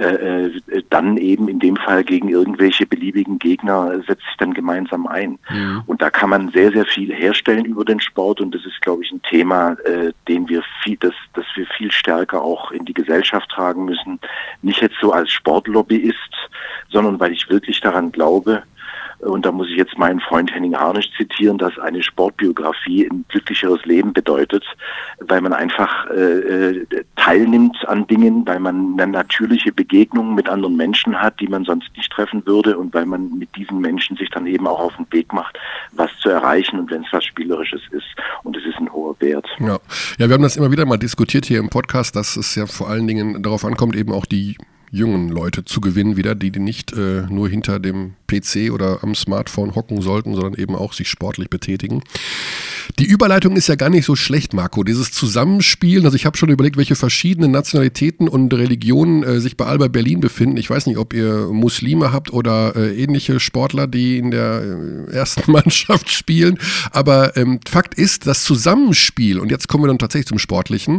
dann eben in dem Fall gegen irgendwelche beliebigen Gegner, setzt sich dann gemeinsam ein. Mhm. Und da kann man sehr, sehr viel herstellen über den Sport und das ist, glaube ich, ein Thema, den wir das wir viel stärker auch in die Gesellschaft tragen müssen. Nicht jetzt so als Sportlobbyist, sondern weil ich wirklich daran glaube, und da muss ich jetzt meinen Freund Henning Harnisch zitieren, dass eine Sportbiografie ein glücklicheres Leben bedeutet, weil man einfach teilnimmt an Dingen, weil man eine natürliche Begegnung mit anderen Menschen hat, die man sonst nicht treffen würde und weil man mit diesen Menschen sich dann eben auch auf den Weg macht, was zu erreichen und wenn es was Spielerisches ist. Und es ist ein hoher Wert. Ja, wir haben das immer wieder mal diskutiert hier im Podcast, dass es ja vor allen Dingen darauf ankommt, eben auch die jungen Leute zu gewinnen wieder, die nicht nur hinter dem PC oder am Smartphone hocken sollten, sondern eben auch sich sportlich betätigen. Die Überleitung ist ja gar nicht so schlecht, Marco. Dieses Zusammenspielen, also ich habe schon überlegt, welche verschiedenen Nationalitäten und Religionen sich bei Alba Berlin befinden. Ich weiß nicht, ob ihr Muslime habt oder ähnliche Sportler, die in der ersten Mannschaft spielen, aber Fakt ist, das Zusammenspiel, und jetzt kommen wir dann tatsächlich zum Sportlichen,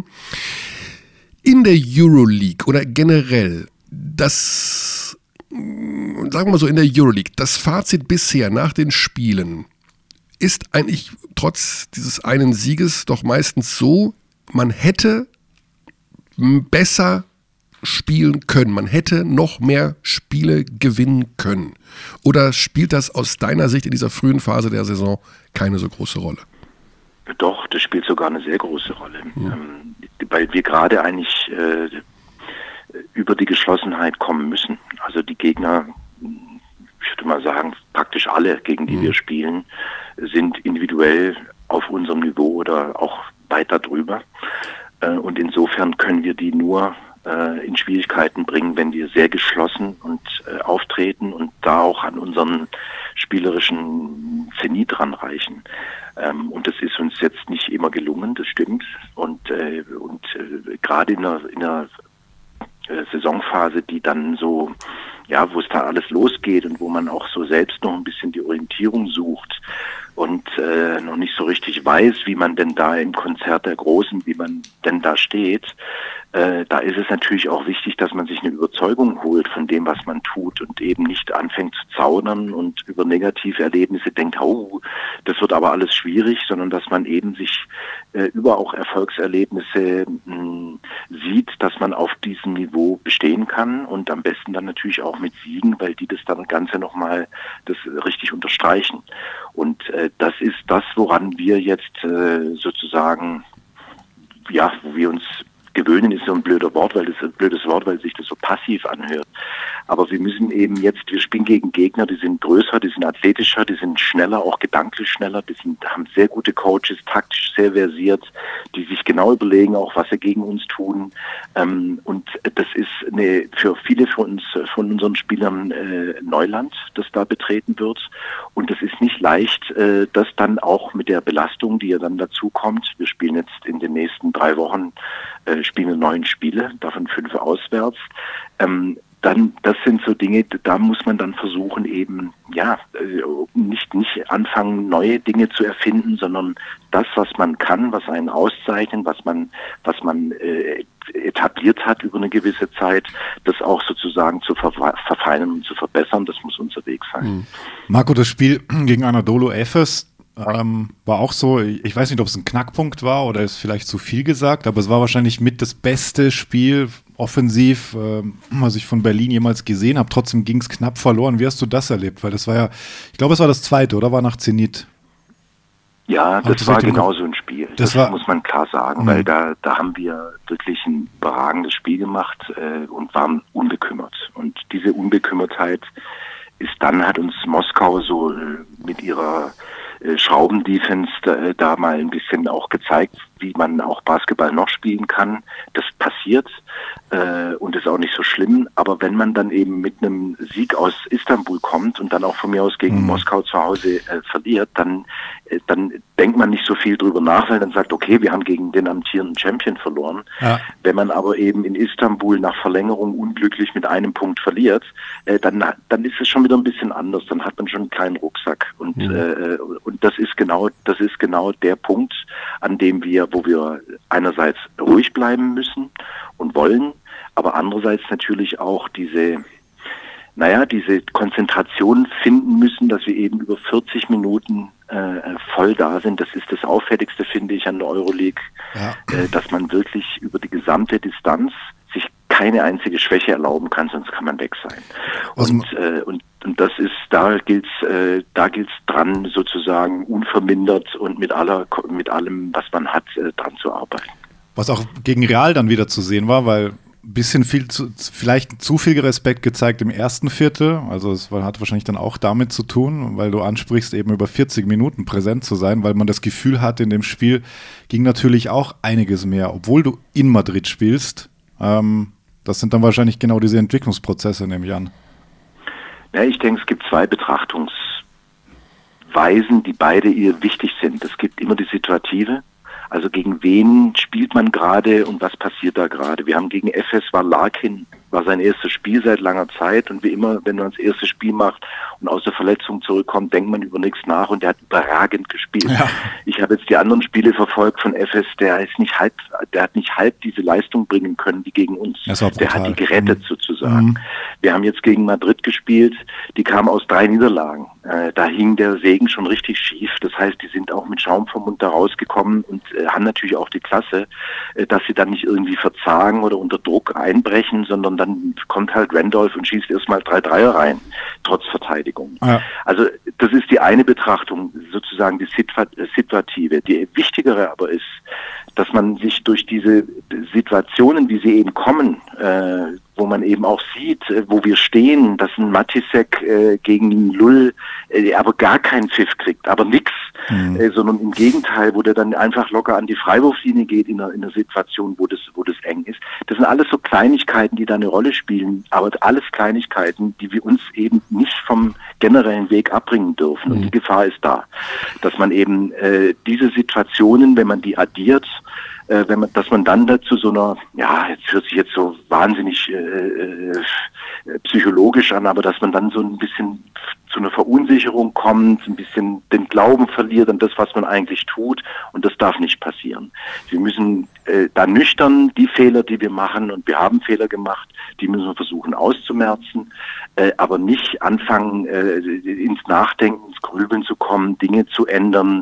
in der Euroleague oder generell, das, sagen wir mal so, in der Euroleague, das Fazit bisher nach den Spielen ist eigentlich trotz dieses einen Sieges doch meistens so, man hätte besser spielen können, man hätte noch mehr Spiele gewinnen können. Oder spielt das aus deiner Sicht in dieser frühen Phase der Saison keine so große Rolle? Doch, das spielt sogar eine sehr große Rolle, weil wir gerade eigentlich über die Geschlossenheit kommen müssen. Also die Gegner, ich würde mal sagen, praktisch alle, gegen die wir spielen, sind individuell auf unserem Niveau oder auch weiter drüber. Und insofern können wir die nur in Schwierigkeiten bringen, wenn wir sehr geschlossen und auftreten und da auch an unseren spielerischen Zenit ranreichen. Und das ist uns jetzt nicht immer gelungen, das stimmt. Und gerade in einer Saisonphase, die dann so, ja, wo es da alles losgeht und wo man auch so selbst noch ein bisschen die Orientierung sucht und noch nicht so richtig weiß, wie man denn da im Konzert der Großen, wie man denn da steht, da ist es natürlich auch wichtig, dass man sich eine Überzeugung holt von dem, was man tut und eben nicht anfängt zu zaudern und über Negativerlebnisse denkt, oh, das wird aber alles schwierig, sondern dass man eben sich über auch Erfolgserlebnisse sieht, dass man auf diesem Niveau bestehen kann und am besten dann natürlich auch mit Siegen, weil die das dann Ganze nochmal das richtig unterstreichen. Und das ist das, woran wir jetzt sozusagen, ja, wo wir uns gewöhnen, ist so ein blödes Wort, weil sich das so passiv anhört. Aber wir müssen eben jetzt, wir spielen gegen Gegner, die sind größer, die sind athletischer, die sind schneller, auch gedanklich schneller, haben sehr gute Coaches, taktisch sehr versiert, die sich genau überlegen, auch was sie gegen uns tun. Und das ist für viele von unseren Spielern Neuland, das da betreten wird. Und es ist nicht leicht, das dann auch mit der Belastung, die ja dann dazu kommt. Wir spielen jetzt in den nächsten 3 Wochen, spielen wir 9 Spiele, davon 5 auswärts. Dann, das sind so Dinge, da muss man dann versuchen eben, nicht anfangen, neue Dinge zu erfinden, sondern das, was man kann, was einen auszeichnet, was man etabliert hat über eine gewisse Zeit, das auch sozusagen zu verfeinern und zu verbessern, das muss unser Weg sein. Marco, das Spiel gegen Anadolu Efes war auch so, ich weiß nicht, ob es ein Knackpunkt war oder ist vielleicht zu viel gesagt, aber es war wahrscheinlich mit das beste Spiel offensiv, was ich von Berlin jemals gesehen habe. Trotzdem ging es knapp verloren. Wie hast du das erlebt? Weil das war ja, ich glaube, es war das zweite, oder? War nach Zenit. Ja, das war genauso ein Spiel. Das muss man klar sagen, weil da haben wir wirklich ein überragendes Spiel gemacht und waren unbekümmert. Und diese Unbekümmertheit hat uns Moskau so mit ihrer Schraubendefense da mal ein bisschen auch gezeigt, wie man auch Basketball noch spielen kann. Das passiert und ist auch nicht so schlimm. Aber wenn man dann eben mit einem Sieg aus Istanbul kommt und dann auch von mir aus gegen Moskau zu Hause verliert, dann denkt man nicht so viel drüber nach, weil dann sagt, okay, wir haben gegen den amtierenden Champion verloren. Ja. Wenn man aber eben in Istanbul nach Verlängerung unglücklich mit einem Punkt verliert, dann ist es schon wieder ein bisschen anders. Dann hat man schon einen kleinen Rucksack. Und das ist genau der Punkt, an dem wo wir einerseits ruhig bleiben müssen und wollen, aber andererseits natürlich auch diese Konzentration finden müssen, dass wir eben über 40 Minuten voll da sind. Das ist das Auffälligste, finde ich, an der Euroleague, dass man wirklich über die gesamte Distanz sich keine einzige Schwäche erlauben kann, sonst kann man weg sein. Und das ist, da gilt's dran, sozusagen unvermindert und mit allem, was man hat, dran zu arbeiten. Was auch gegen Real dann wieder zu sehen war, weil ein bisschen vielleicht zu viel Respekt gezeigt im ersten Viertel. Also es hat wahrscheinlich dann auch damit zu tun, weil du ansprichst, eben über 40 Minuten präsent zu sein, weil man das Gefühl hat, in dem Spiel ging natürlich auch einiges mehr, obwohl du in Madrid spielst. Das sind dann wahrscheinlich genau diese Entwicklungsprozesse, nehme ich an. Ja, ich denke, es gibt 2 Betrachtungsweisen, die beide ihr wichtig sind. Es gibt immer die Situative, also gegen wen spielt man gerade und was passiert da gerade. Wir haben gegen Efes, war Larkin, war sein erstes Spiel seit langer Zeit und wie immer, wenn man das erste Spiel macht und aus der Verletzung zurückkommt, denkt man über nichts nach und der hat überragend gespielt. Ja. Ich habe jetzt die anderen Spiele verfolgt von Efes, der hat nicht halb diese Leistung bringen können wie gegen uns. Der hat die gerettet sozusagen. Wir haben jetzt gegen Madrid gespielt, die kamen aus 3 Niederlagen. Da hing der Segen schon richtig schief. Das heißt, die sind auch mit Schaum vom Mund da rausgekommen und haben natürlich auch die Klasse, dass sie dann nicht irgendwie verzagen oder unter Druck einbrechen, sondern dann kommt halt Randolph und schießt erstmal 3 Dreier rein, trotz Verteidigung. Ja. Also das ist die eine Betrachtung, sozusagen die Situative. Die wichtigere aber ist, dass man sich durch diese Situationen, wie sie eben kommen, wo man eben auch sieht, wo wir stehen, dass ein Matisek gegen Lull aber gar keinen Pfiff kriegt, aber nix, sondern im Gegenteil, wo der dann einfach locker an die Freiwurflinie geht in einer Situation, wo das eng ist. Das sind alles so Kleinigkeiten, die da eine Rolle spielen, aber alles Kleinigkeiten, die wir uns eben nicht vom generellen Weg abbringen dürfen. Und die Gefahr ist da, dass man eben diese Situationen, wenn man die addiert, dass man dann dazu so einer, jetzt hört sich jetzt so wahnsinnig psychologisch an, aber dass man dann so ein bisschen zu einer Verunsicherung kommt, ein bisschen den Glauben verliert an das, was man eigentlich tut, und das darf nicht passieren. Wir müssen da nüchtern die Fehler, die wir machen, und wir haben Fehler gemacht, die müssen wir versuchen auszumerzen, aber nicht anfangen, ins Nachdenken, ins Grübeln zu kommen, Dinge zu ändern,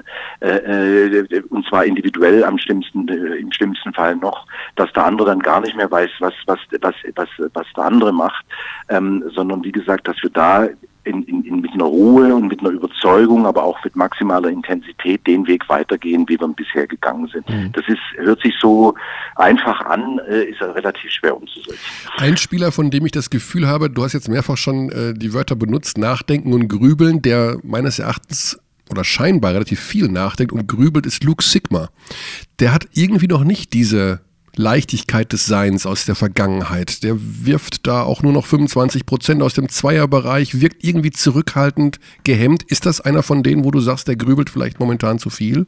und zwar individuell im schlimmsten Fall noch, dass der andere dann gar nicht mehr weiß, was der andere macht, sondern wie gesagt, dass wir da mit einer Ruhe und mit einer Überzeugung, aber auch mit maximaler Intensität den Weg weitergehen, wie wir bisher gegangen sind. Das hört sich so einfach an, ist ja relativ schwer umzusetzen. Ein Spieler, von dem ich das Gefühl habe, du hast jetzt mehrfach schon die Wörter benutzt, nachdenken und grübeln, der meines Erachtens oder scheinbar relativ viel nachdenkt und grübelt, ist Luke Sigma. Der hat irgendwie noch nicht diese Leichtigkeit des Seins aus der Vergangenheit. Der wirft da auch nur noch 25% aus dem Zweierbereich, wirkt irgendwie zurückhaltend, gehemmt. Ist das einer von denen, wo du sagst, der grübelt vielleicht momentan zu viel?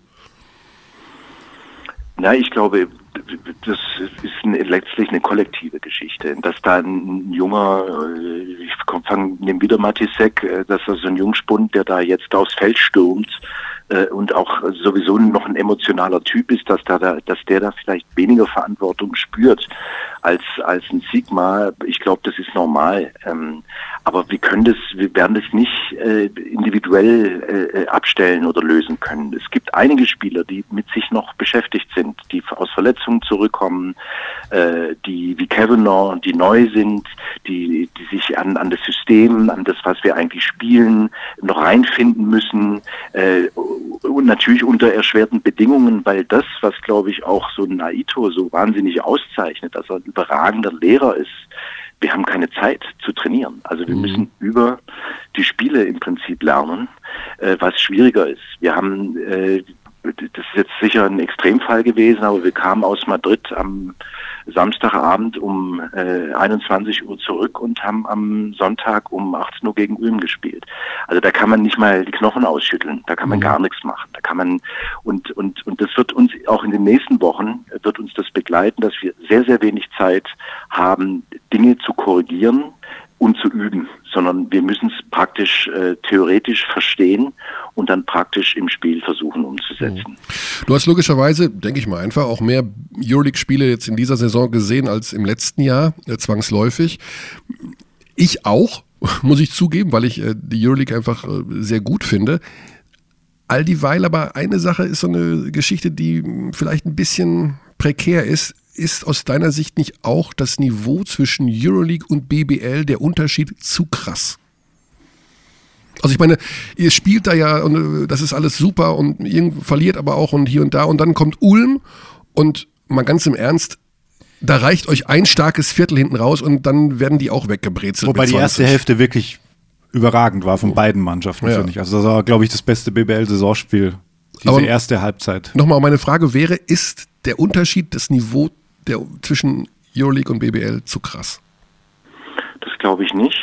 Na, ich glaube, das ist letztlich eine kollektive Geschichte. Dass da ein junger, nehmen wieder Matisek, dass da so ein Jungspund, der da jetzt aufs Feld stürmt, und auch sowieso noch ein emotionaler Typ ist, dass der da vielleicht weniger Verantwortung spürt als ein Sigma. Ich glaube, das ist normal. Aber wir werden das nicht individuell abstellen oder lösen können. Es gibt einige Spieler, die mit sich noch beschäftigt sind, die aus Verletzungen zurückkommen, die wie Kavanaugh, die neu sind, die sich an das System, an das, was wir eigentlich spielen, noch reinfinden müssen, und natürlich unter erschwerten Bedingungen, weil das, was glaube ich auch so ein Naito so wahnsinnig auszeichnet, dass er ein überragender Lehrer ist, wir haben keine Zeit zu trainieren. Also wir müssen über die Spiele im Prinzip lernen, was schwieriger ist. Wir haben, das ist jetzt sicher ein Extremfall gewesen, aber wir kamen aus Madrid am Samstagabend um 21 Uhr zurück und haben am Sonntag um 18 Uhr gegen Ulm gespielt. Also da kann man nicht mal die Knochen ausschütteln, da kann man gar nichts machen. Da kann man und das wird uns auch in den nächsten Wochen wird uns das begleiten, dass wir sehr, sehr wenig Zeit haben, Dinge zu korrigieren und zu üben, sondern wir müssen es praktisch theoretisch verstehen und dann praktisch im Spiel versuchen umzusetzen. Du hast logischerweise, denke ich mal, einfach auch mehr Euroleague-Spiele jetzt in dieser Saison gesehen als im letzten Jahr, zwangsläufig. Ich auch, muss ich zugeben, weil ich die Euroleague einfach sehr gut finde. All dieweil aber eine Sache ist so eine Geschichte, die vielleicht ein bisschen prekär ist aus deiner Sicht nicht auch das Niveau zwischen Euroleague und BBL, der Unterschied zu krass? Also ich meine, ihr spielt da ja und das ist alles super und ihr verliert aber auch und hier und da und dann kommt Ulm und mal ganz im Ernst, da reicht euch ein starkes Viertel hinten raus und dann werden die auch weggebrezelt. Wobei die erste Hälfte wirklich überragend war von beiden Mannschaften, finde ich. Also das war, glaube ich, das beste BBL-Saisonspiel, diese erste Halbzeit. Nochmal meine Frage wäre, ist der Unterschied, das Niveau zwischen Euroleague und BBL zu krass? Das glaube ich nicht.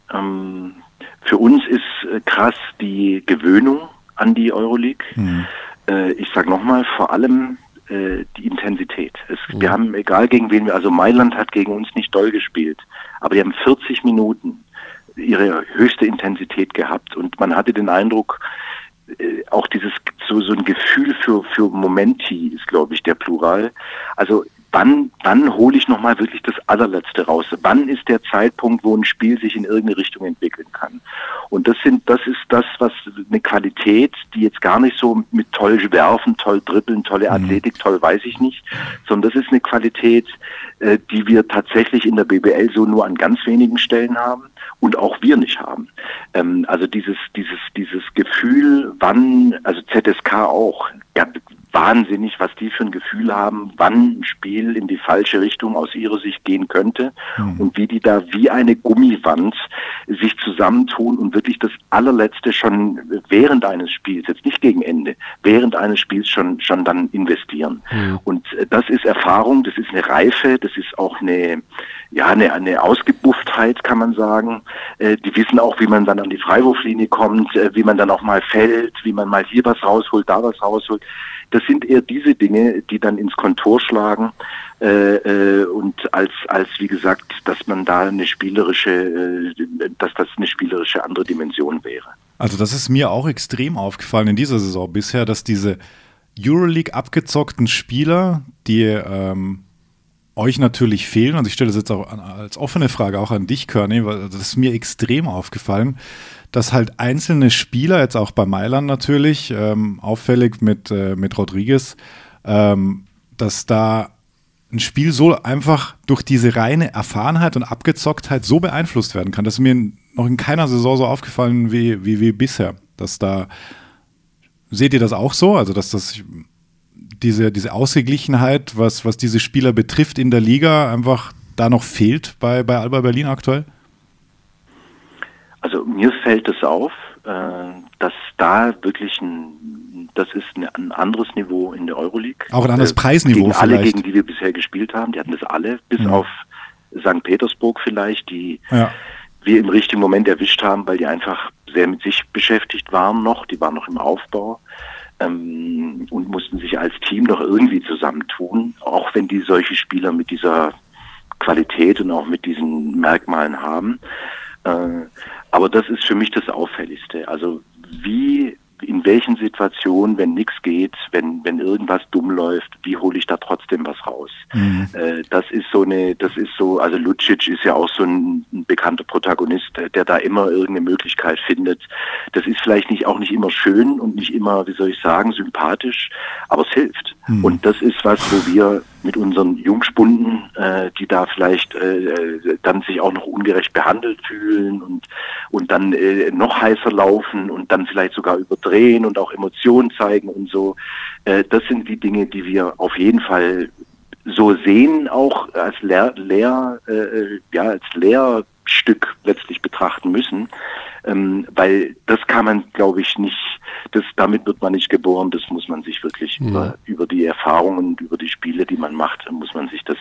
Für uns ist krass die Gewöhnung an die Euroleague. Ich sage nochmal, vor allem die Intensität. Wir haben, egal gegen wen wir, also Mailand hat gegen uns nicht doll gespielt, aber die haben 40 Minuten ihre höchste Intensität gehabt und man hatte den Eindruck, auch dieses so ein Gefühl für Momenti ist, glaube ich, der Plural. Also wann hole ich nochmal wirklich das Allerletzte raus? Wann ist der Zeitpunkt, wo ein Spiel sich in irgendeine Richtung entwickeln kann? Und das ist das, was eine Qualität, die jetzt gar nicht so mit toll werfen, toll dribbeln, tolle Athletik, toll weiß ich nicht, sondern das ist eine Qualität, die wir tatsächlich in der BBL so nur an ganz wenigen Stellen haben und auch wir nicht haben. Also dieses Gefühl, wann, also ZSK auch, ja, wahnsinnig, was die für ein Gefühl haben, wann ein Spiel in die falsche Richtung aus ihrer Sicht gehen könnte und wie die da wie eine Gummiwand sich zusammentun und wirklich das Allerletzte schon während eines Spiels, jetzt nicht gegen Ende, während eines Spiels schon dann investieren. Und das ist Erfahrung, das ist eine Reife, das ist auch eine Ausgebufftheit, kann man sagen. Die wissen auch, wie man dann an die Freiwurflinie kommt, wie man dann auch mal fällt, wie man mal hier was rausholt, da was rausholt. Das sind eher diese Dinge, die dann ins Kontor schlagen und als wie gesagt, dass man da dass das eine spielerische andere Dimension wäre. Also das ist mir auch extrem aufgefallen in dieser Saison bisher, dass diese Euroleague abgezockten Spieler, die euch natürlich fehlen, und ich stelle das jetzt auch als offene Frage auch an dich, Körny, weil das ist mir extrem aufgefallen, dass halt einzelne Spieler, jetzt auch bei Mailand natürlich, auffällig mit Rodriguez, dass da ein Spiel so einfach durch diese reine Erfahrenheit und Abgezocktheit so beeinflusst werden kann. Das ist mir noch in keiner Saison so aufgefallen wie bisher. Seht ihr das auch so? Also, dass diese Ausgeglichenheit, was diese Spieler betrifft in der Liga, einfach da noch fehlt bei Alba Berlin aktuell? Also mir fällt es auf, dass da wirklich das ist ein anderes Niveau in der Euroleague. Auch ein anderes Preisniveau gegen vielleicht. Alle, gegen die wir bisher gespielt haben, die hatten das alle, bis auf St. Petersburg vielleicht, die wir im richtigen Moment erwischt haben, weil die einfach sehr mit sich beschäftigt waren noch, die waren noch im Aufbau und mussten sich als Team noch irgendwie zusammentun, auch wenn die solche Spieler mit dieser Qualität und auch mit diesen Merkmalen haben. Aber das ist für mich das Auffälligste. Also in welchen Situationen, wenn nichts geht, wenn irgendwas dumm läuft, wie hole ich da trotzdem was raus? Das ist so, also Lucic ist ja auch so ein bekannter Protagonist, der da immer irgendeine Möglichkeit findet. Das ist vielleicht auch nicht immer schön und nicht immer, wie soll ich sagen, sympathisch, aber es hilft. Und das ist was, wo wir mit unseren Jungspunden, die da vielleicht dann sich auch noch ungerecht behandelt fühlen und dann noch heißer laufen und dann vielleicht sogar überdrehen und auch Emotionen zeigen und so. Das sind die Dinge, die wir auf jeden Fall so sehen, auch als Lehrstück letztlich betrachten müssen. Weil das kann man, glaube ich, nicht, damit wird man nicht geboren, das muss man sich wirklich über die Erfahrungen und über die Spiele, die man macht, muss man sich das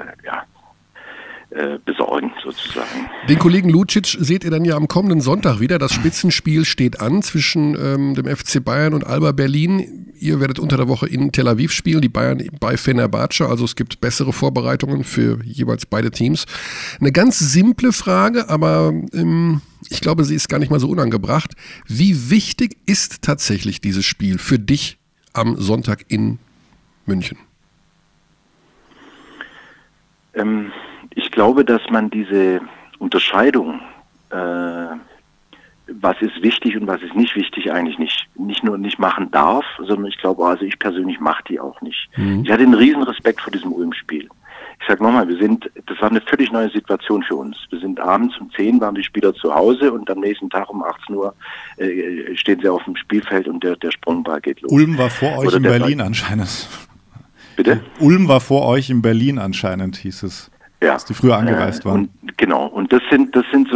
besorgen, sozusagen. Den Kollegen Lucic seht ihr dann ja am kommenden Sonntag wieder. Das Spitzenspiel steht an zwischen dem FC Bayern und Alba Berlin. Ihr werdet unter der Woche in Tel Aviv spielen, die Bayern bei Fenerbahce. Also es gibt bessere Vorbereitungen für jeweils beide Teams. Eine ganz simple Frage, aber ich glaube, sie ist gar nicht mal so unangebracht. Wie wichtig ist tatsächlich dieses Spiel für dich am Sonntag in München? Ich glaube, dass man diese Unterscheidung, was ist wichtig und was ist nicht wichtig, eigentlich nicht nur nicht machen darf, sondern ich glaube, also ich persönlich mache die auch nicht. Ich hatte einen riesen Respekt vor diesem Ulm-Spiel. Ich sage nochmal, das war eine völlig neue Situation für uns. Wir sind abends um 10 waren die Spieler zu Hause und am nächsten Tag um 18 Uhr stehen sie auf dem Spielfeld und der Sprungball geht los. Ulm war vor euch in Berlin anscheinend. Bitte? Ulm war vor euch in Berlin anscheinend, hieß es. Ja, dass die früher angereist waren. Und das sind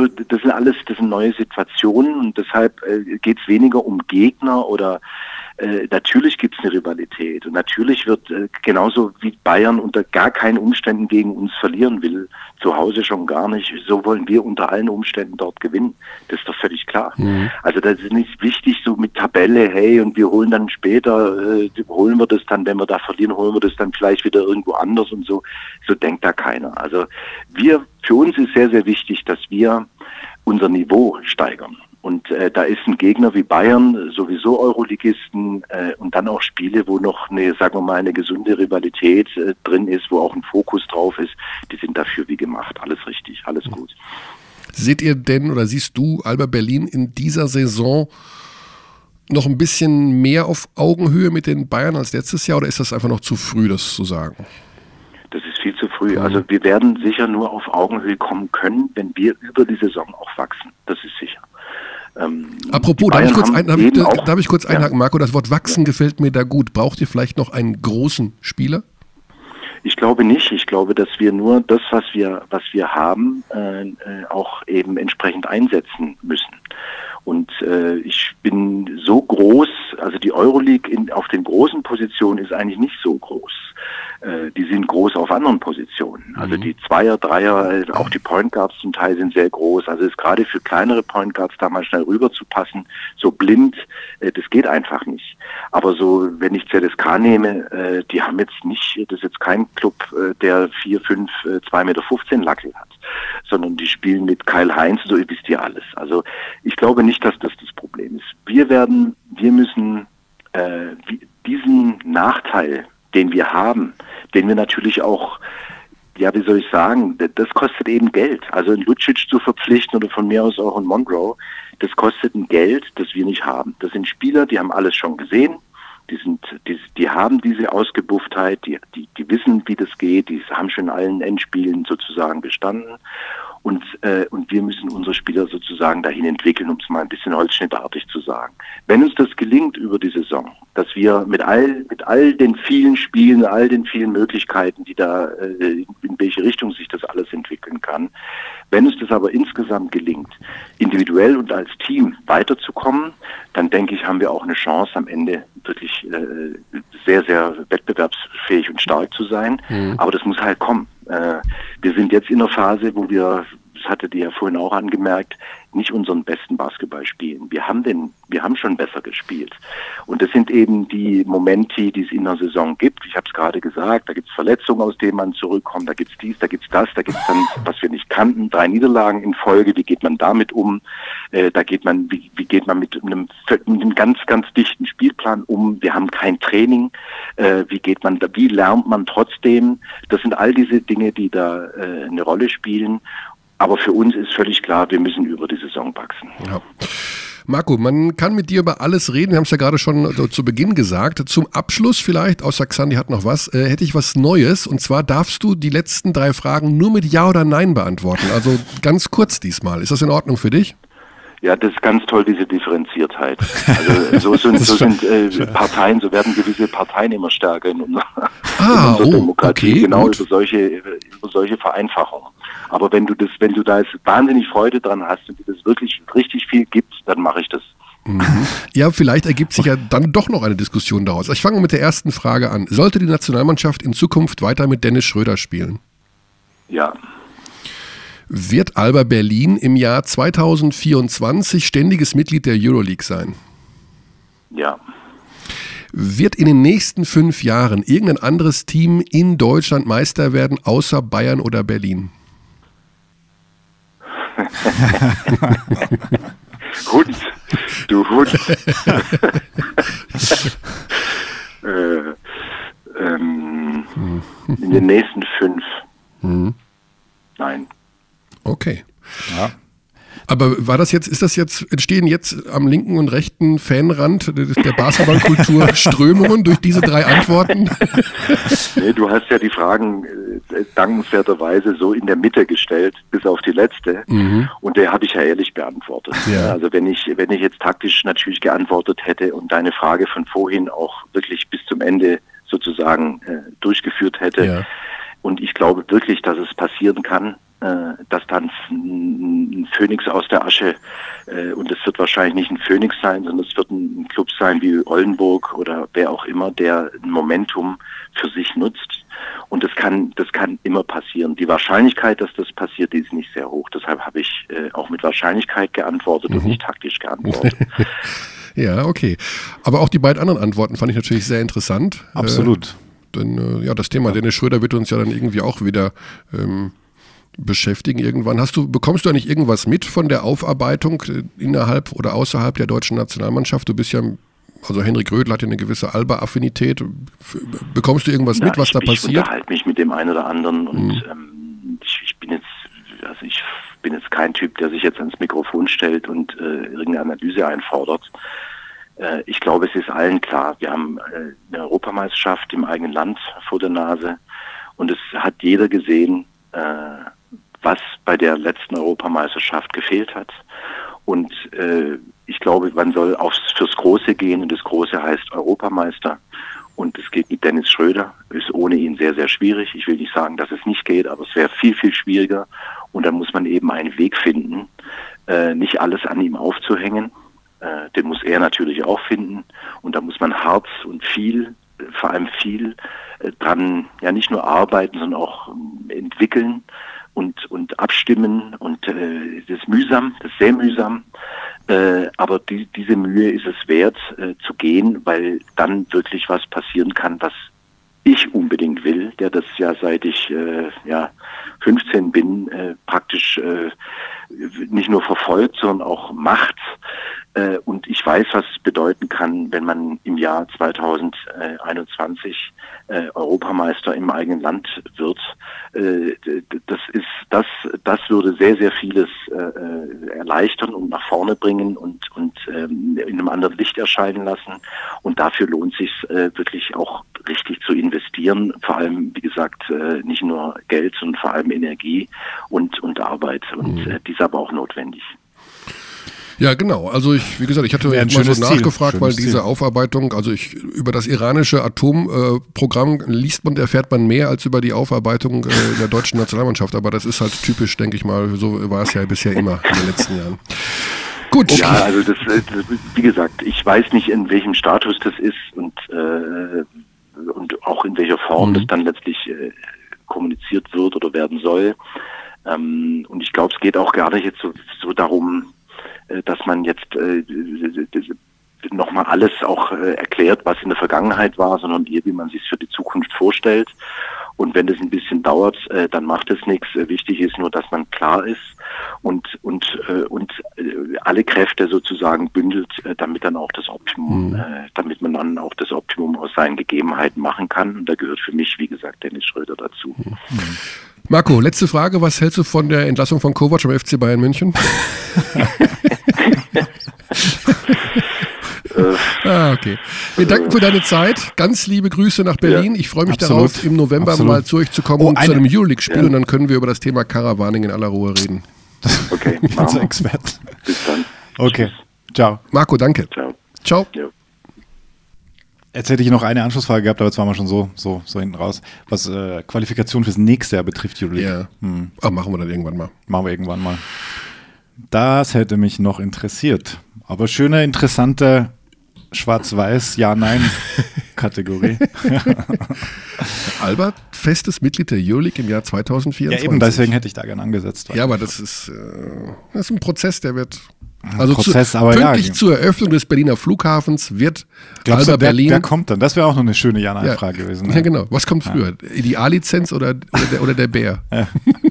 neue Situationen und deshalb geht es weniger um Gegner oder natürlich gibt es eine Rivalität und natürlich wird genauso wie Bayern unter gar keinen Umständen gegen uns verlieren will, zu Hause schon gar nicht, so wollen wir unter allen Umständen dort gewinnen. Das ist doch völlig klar. Also das ist nicht wichtig so mit Tabelle, hey, und wir holen dann später, holen wir das dann, wenn wir da verlieren, holen wir das dann vielleicht wieder irgendwo anders und so. So denkt da keiner. Also für uns ist sehr, sehr wichtig, dass wir unser Niveau steigern. Und da ist ein Gegner wie Bayern, sowieso Euroligisten und dann auch Spiele, wo noch eine gesunde Rivalität drin ist, wo auch ein Fokus drauf ist, die sind dafür wie gemacht. Alles richtig, alles gut. Seht ihr denn oder siehst du Alba Berlin in dieser Saison noch ein bisschen mehr auf Augenhöhe mit den Bayern als letztes Jahr oder ist das einfach noch zu früh, das zu sagen? Das ist viel zu früh. Also wir werden sicher nur auf Augenhöhe kommen können, wenn wir über die Saison auch wachsen. Das ist sicher. Apropos, darf ich kurz einhaken, Marco? Das Wort wachsen gefällt mir da gut. Braucht ihr vielleicht noch einen großen Spieler? Ich glaube nicht. Ich glaube, dass wir nur das, was wir haben, auch eben entsprechend einsetzen müssen. Und ich bin so groß, also die Euroleague auf den großen Positionen ist eigentlich nicht so groß. Die sind groß auf anderen Positionen. Also die Zweier, Dreier, auch die Point Guards zum Teil sind sehr groß. Also ist gerade für kleinere Point Guards da mal schnell rüber zu passen, so blind, das geht einfach nicht. Aber so, wenn ich ZSK nehme, die haben jetzt nicht, das ist jetzt kein Club, der 4, 5, 2,15 Meter Lackel hat, sondern die spielen mit Kyle Heinz, so wisst ihr alles. Also ich glaube nicht, dass das Problem ist. Wir müssen diesen Nachteil, den wir haben, den wir natürlich auch, ja, wie soll ich sagen, das kostet eben Geld. Also einen Lucic zu verpflichten oder von mir aus auch einen Monroe, das kostet ein Geld, das wir nicht haben. Das sind Spieler, die haben alles schon gesehen, Die haben diese Ausgebufftheit, die wissen, wie das geht, die haben schon in allen Endspielen sozusagen bestanden. Und wir müssen unsere Spieler sozusagen dahin entwickeln, um es mal ein bisschen holzschnittartig zu sagen. Wenn uns das gelingt über die Saison, dass wir mit all den vielen Spielen, all den vielen Möglichkeiten, die da, in welche Richtung sich das alles entwickeln kann, wenn uns das aber insgesamt gelingt, individuell und als Team weiterzukommen, dann denke ich, haben wir auch eine Chance, am Ende wirklich sehr, sehr wettbewerbsfähig und stark zu sein. Aber das muss halt kommen. Wir sind jetzt in einer Phase, wo wir, das hattet ihr ja vorhin auch angemerkt, nicht unseren besten Basketball spielen. Wir haben schon besser gespielt. Und das sind eben die Momente, die es in der Saison gibt. Ich habe es gerade gesagt, da gibt es Verletzungen, aus denen man zurückkommt, da gibt es dies, da gibt es das, da gibt es dann, was wir nicht kannten, 3 Niederlagen in Folge, wie geht man damit um? Wie geht man mit einem ganz, ganz dichten Spielplan um? Wir haben kein Training. Wie lernt man trotzdem? Das sind all diese Dinge, die da eine Rolle spielen. Aber für uns ist völlig klar, wir müssen über die Saison wachsen. Ja. Marco, man kann mit dir über alles reden. Wir haben es ja gerade schon zu Beginn gesagt. Zum Abschluss vielleicht, außer Xandi hat noch was, hätte ich was Neues. Und zwar darfst du die letzten 3 Fragen nur mit Ja oder Nein beantworten. Also ganz kurz diesmal. Ist das in Ordnung für dich? Ja, das ist ganz toll, diese Differenziertheit. Also so sind Parteien, so werden gewisse Parteien immer stärker in unserer Demokratie, okay, genau gut. über solche Vereinfachungen. Aber wenn du da jetzt wahnsinnig Freude dran hast und dir das wirklich richtig viel gibt, dann mache ich das. Ja, vielleicht ergibt sich ja dann doch noch eine Diskussion daraus. Ich fange mit der ersten Frage an. Sollte die Nationalmannschaft in Zukunft weiter mit Dennis Schröder spielen? Ja. Wird Alba Berlin im Jahr 2024 ständiges Mitglied der Euroleague sein? Ja. Wird in den nächsten 5 Jahren irgendein anderes Team in Deutschland Meister werden, außer Bayern oder Berlin? Hund, du Hund. In den nächsten 5. Nein. Okay. Ja. Aber entstehen jetzt am linken und rechten Fanrand der Basketballkultur Strömungen durch diese 3 Antworten? Nee, du hast ja die Fragen dankenswerterweise so in der Mitte gestellt, bis auf die letzte. Und der habe ich ja ehrlich beantwortet. Ja. Also wenn ich jetzt taktisch natürlich geantwortet hätte und deine Frage von vorhin auch wirklich bis zum Ende sozusagen durchgeführt hätte. Ja. Und ich glaube wirklich, dass es passieren kann, dass dann ein Phönix aus der Asche, und es wird wahrscheinlich nicht ein Phönix sein, sondern es wird ein Club sein wie Oldenburg oder wer auch immer, der ein Momentum für sich nutzt. Und das kann immer passieren. Die Wahrscheinlichkeit, dass das passiert, die ist nicht sehr hoch. Deshalb habe ich auch mit Wahrscheinlichkeit geantwortet und nicht taktisch geantwortet. Ja, okay. Aber auch die beiden anderen Antworten fand ich natürlich sehr interessant. Absolut. Denn das Thema Dennis Schröder wird uns ja dann irgendwie auch wieder beschäftigen irgendwann. Bekommst du eigentlich irgendwas mit von der Aufarbeitung innerhalb oder außerhalb der deutschen Nationalmannschaft? Du bist ja, also Henrik Rödl hat ja eine gewisse Alba-Affinität. Bekommst du irgendwas mit, was da passiert? Ich unterhalte mich mit dem einen oder anderen und ich bin jetzt kein Typ, der sich jetzt ans Mikrofon stellt und irgendeine Analyse einfordert. Ich glaube, es ist allen klar, wir haben eine Europameisterschaft im eigenen Land vor der Nase und es hat jeder gesehen, was bei der letzten Europameisterschaft gefehlt hat. Und ich glaube, man soll fürs Große gehen und das Große heißt Europameister. Und es geht mit Dennis Schröder, ist ohne ihn sehr, sehr schwierig. Ich will nicht sagen, dass es nicht geht, aber es wäre viel, viel schwieriger. Und dann muss man eben einen Weg finden, nicht alles an ihm aufzuhängen. Den muss er natürlich auch finden. Und da muss man hart und vor allem viel dran, ja nicht nur arbeiten, sondern auch entwickeln und abstimmen. Und das ist mühsam, das ist sehr mühsam. Aber diese Mühe ist es wert zu gehen, weil dann wirklich was passieren kann, was ich unbedingt will, der das ja seit ich 15 bin, praktisch nicht nur verfolgt, sondern auch macht. Und ich weiß, was es bedeuten kann, wenn man im Jahr 2021 Europameister im eigenen Land wird. Das würde sehr, sehr vieles erleichtern und nach vorne bringen und in einem anderen Licht erscheinen lassen. Und dafür lohnt es sich wirklich auch richtig zu investieren. Vor allem, wie gesagt, nicht nur Geld, sondern vor allem Energie und Arbeit. Und die ist aber auch notwendig. Ja, genau. Also wie gesagt, ich hatte mal so nachgefragt, weil diese Aufarbeitung, also über das iranische Atomprogramm erfährt man mehr als über die Aufarbeitung der deutschen Nationalmannschaft. Aber das ist halt typisch, denke ich mal. So war es ja bisher immer in den letzten Jahren. Gut. Ja, also das, wie gesagt, ich weiß nicht, in welchem Status das ist und auch in welcher Form das dann letztlich kommuniziert wird oder werden soll. Und ich glaube, es geht auch gar nicht jetzt so darum, dass man jetzt nochmal alles auch erklärt, was in der Vergangenheit war, sondern eher, wie man sich für die Zukunft vorstellt. Und wenn das ein bisschen dauert, dann macht es nichts. Wichtig ist nur, dass man klar ist und alle Kräfte sozusagen bündelt, damit dann auch das Optimum, damit man dann auch das Optimum aus seinen Gegebenheiten machen kann. Und da gehört für mich, wie gesagt, Dennis Schröder dazu. Marco, letzte Frage. Was hältst du von der Entlassung von Kovac am FC Bayern München? Okay. Wir danken für deine Zeit. Ganz liebe Grüße nach Berlin. Ich freue mich darauf, im November mal zu euch zu kommen zu einem Euroleague-Spiel und dann können wir über das Thema Caravaning in aller Ruhe reden. Okay, unser Experte. Bis dann. Okay, ciao. Marco, danke. Ciao. Ja. Jetzt hätte ich noch eine Anschlussfrage gehabt, aber jetzt waren wir schon so hinten raus. Was Qualifikation fürs nächste Jahr betrifft, Euroleague. Ja. Machen wir dann irgendwann mal. Machen wir irgendwann mal. Das hätte mich noch interessiert. Aber schöne, interessante Schwarz-Weiß, Ja-Nein-Kategorie. Albert, festes Mitglied der Euroleague im Jahr 2024. Ja, eben, deswegen hätte ich da gerne angesetzt. Ja, aber das ist ein Prozess, der wird... pünktlich zur Eröffnung des Berliner Flughafens wird Alba Berlin... Wer kommt dann? Das wäre auch noch eine schöne Ja-Nein-Frage gewesen. Ne? Ja, genau. Was kommt früher? Die A-Lizenz oder der Bär? Ja.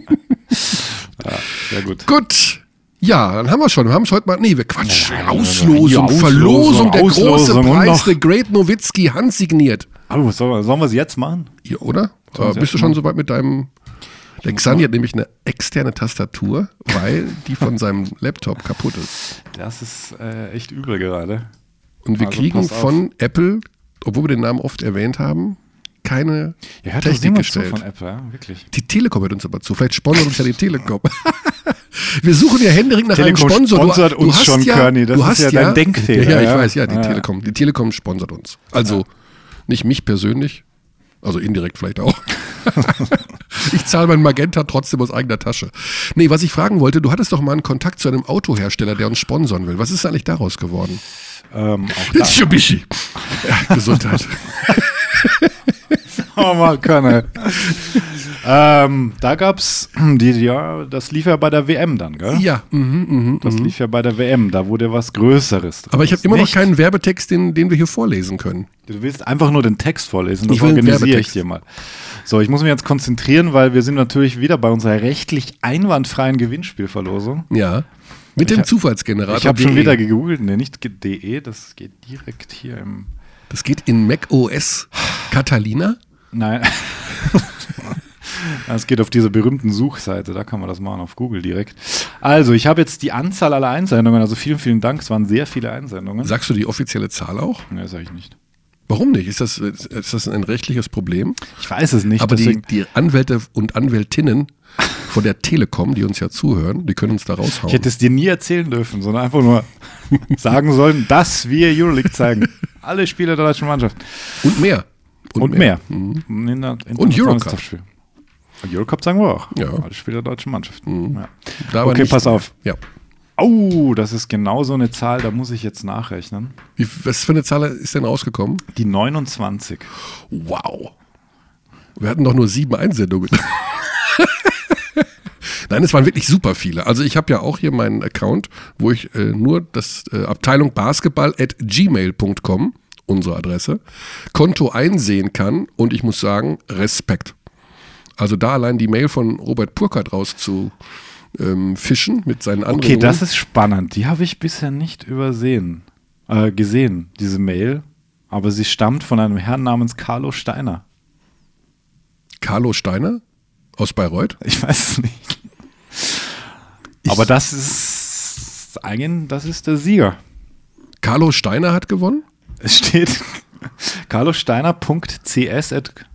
Sehr gut. Gut. Ja, dann haben wir schon. Wir haben es heute mal... Nee, wir quatschen. Auslosung, Verlosung, der große Preis, der Great Nowitzki, handsigniert. Oh, sollen wir es jetzt machen? Ja, oder? Bist du schon soweit mit deinem... Der Xani hat nämlich eine externe Tastatur, weil die von seinem Laptop kaputt ist. Das ist echt übel gerade. Und wir kriegen von Apple, obwohl wir den Namen oft erwähnt haben, keine Technik gestellt. Von Apple, ja, wirklich. Die Telekom hört uns aber zu. Vielleicht sponsert uns ja die Telekom. Wir suchen ja händeringend nach einem Sponsor. Sponsert uns schon, Körny. Das ist ja dein Denkfehler. Ja, ich weiß, ja, die Telekom. Die Telekom sponsert uns. Also nicht mich persönlich, also indirekt vielleicht auch. Ich zahle mein Magenta trotzdem aus eigener Tasche. Nee, was ich fragen wollte, du hattest doch mal einen Kontakt zu einem Autohersteller, der uns sponsern will. Was ist eigentlich daraus geworden? Mitsubishi. Ja, Gesundheit. Oh mal, Körner. Da gab's das lief ja bei der WM dann, gell? Ja. Das lief ja bei der WM, da wurde was Größeres draus. Aber ich habe immer noch keinen Werbetext, den wir hier vorlesen können. Du willst einfach nur den Text vorlesen, das organisiere ich dir mal. So, ich muss mich jetzt konzentrieren, weil wir sind natürlich wieder bei unserer rechtlich einwandfreien Gewinnspielverlosung. Ja, mit dem Zufallsgenerator. Ich habe schon wieder gegoogelt, nee, nicht .de, das geht direkt hier im... Das geht in Mac OS Catalina? Nein. Es geht auf diese berühmten Suchseite, da kann man das machen, auf Google direkt. Also, ich habe jetzt die Anzahl aller Einsendungen, also vielen, vielen Dank, es waren sehr viele Einsendungen. Sagst du die offizielle Zahl auch? Nein, sage ich nicht. Warum nicht? Ist das ein rechtliches Problem? Ich weiß es nicht. Aber die Anwälte und Anwältinnen von der Telekom, die uns ja zuhören, die können uns da raushauen. Ich hätte es dir nie erzählen dürfen, sondern einfach nur sagen sollen, dass wir Euroleague zeigen. Alle Spiele der deutschen Mannschaft. Und mehr. Und mehr. Und Eurocup. Eurocup sagen wir auch. Ja. Alle Spiele der deutschen Mannschaft. Ja. Okay, pass auf. Ja. Oh, das ist genau so eine Zahl, da muss ich jetzt nachrechnen. Was für eine Zahl ist denn rausgekommen? Die 29. Wow. Wir hatten doch nur 7 Einsendungen. Nein, es waren wirklich super viele. Also ich habe ja auch hier meinen Account, wo ich nur das Abteilung basketball@gmail.com, unsere Adresse, Konto einsehen kann und ich muss sagen, Respekt. Also da allein die Mail von Robert Purkert Fischen mit seinen anderen. Okay, das ist spannend. Die habe ich bisher nicht gesehen, diese Mail. Aber sie stammt von einem Herrn namens Carlo Steiner. Carlo Steiner aus Bayreuth? Ich weiß es nicht. Aber das ist der Sieger. Carlo Steiner hat gewonnen? Es steht carlosteiner.cs.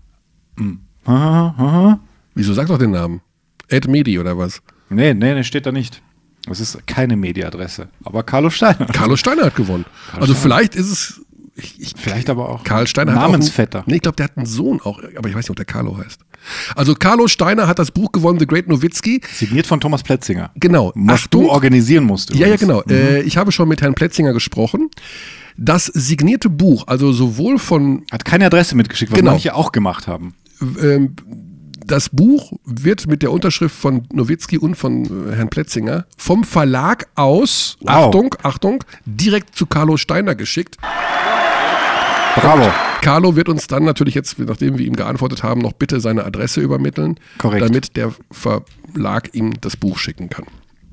Wieso sag doch den Namen? Medi oder was? Nee, steht da nicht. Es ist keine Media-Adresse. Aber Carlo Steiner. Carlo Steiner hat gewonnen. Vielleicht ist es. Vielleicht aber auch Karl Steiner Namensvetter. Ich glaube, der hat einen Sohn auch, aber ich weiß nicht, ob der Carlo heißt. Also Carlo Steiner hat das Buch gewonnen, The Great Nowitzki. Signiert von Thomas Plätzinger. Genau. Was du organisieren musst. Ja, genau. Ich habe schon mit Herrn Plätzinger gesprochen. Das signierte Buch, also sowohl von... Hat keine Adresse mitgeschickt, was manche auch gemacht haben. Das Buch wird mit der Unterschrift von Nowitzki und von Herrn Plätzinger vom Verlag aus, Achtung, direkt zu Carlo Steiner geschickt. Bravo. Carlo wird uns dann natürlich jetzt, nachdem wir ihm geantwortet haben, noch bitte seine Adresse übermitteln, korrekt, damit der Verlag ihm das Buch schicken kann.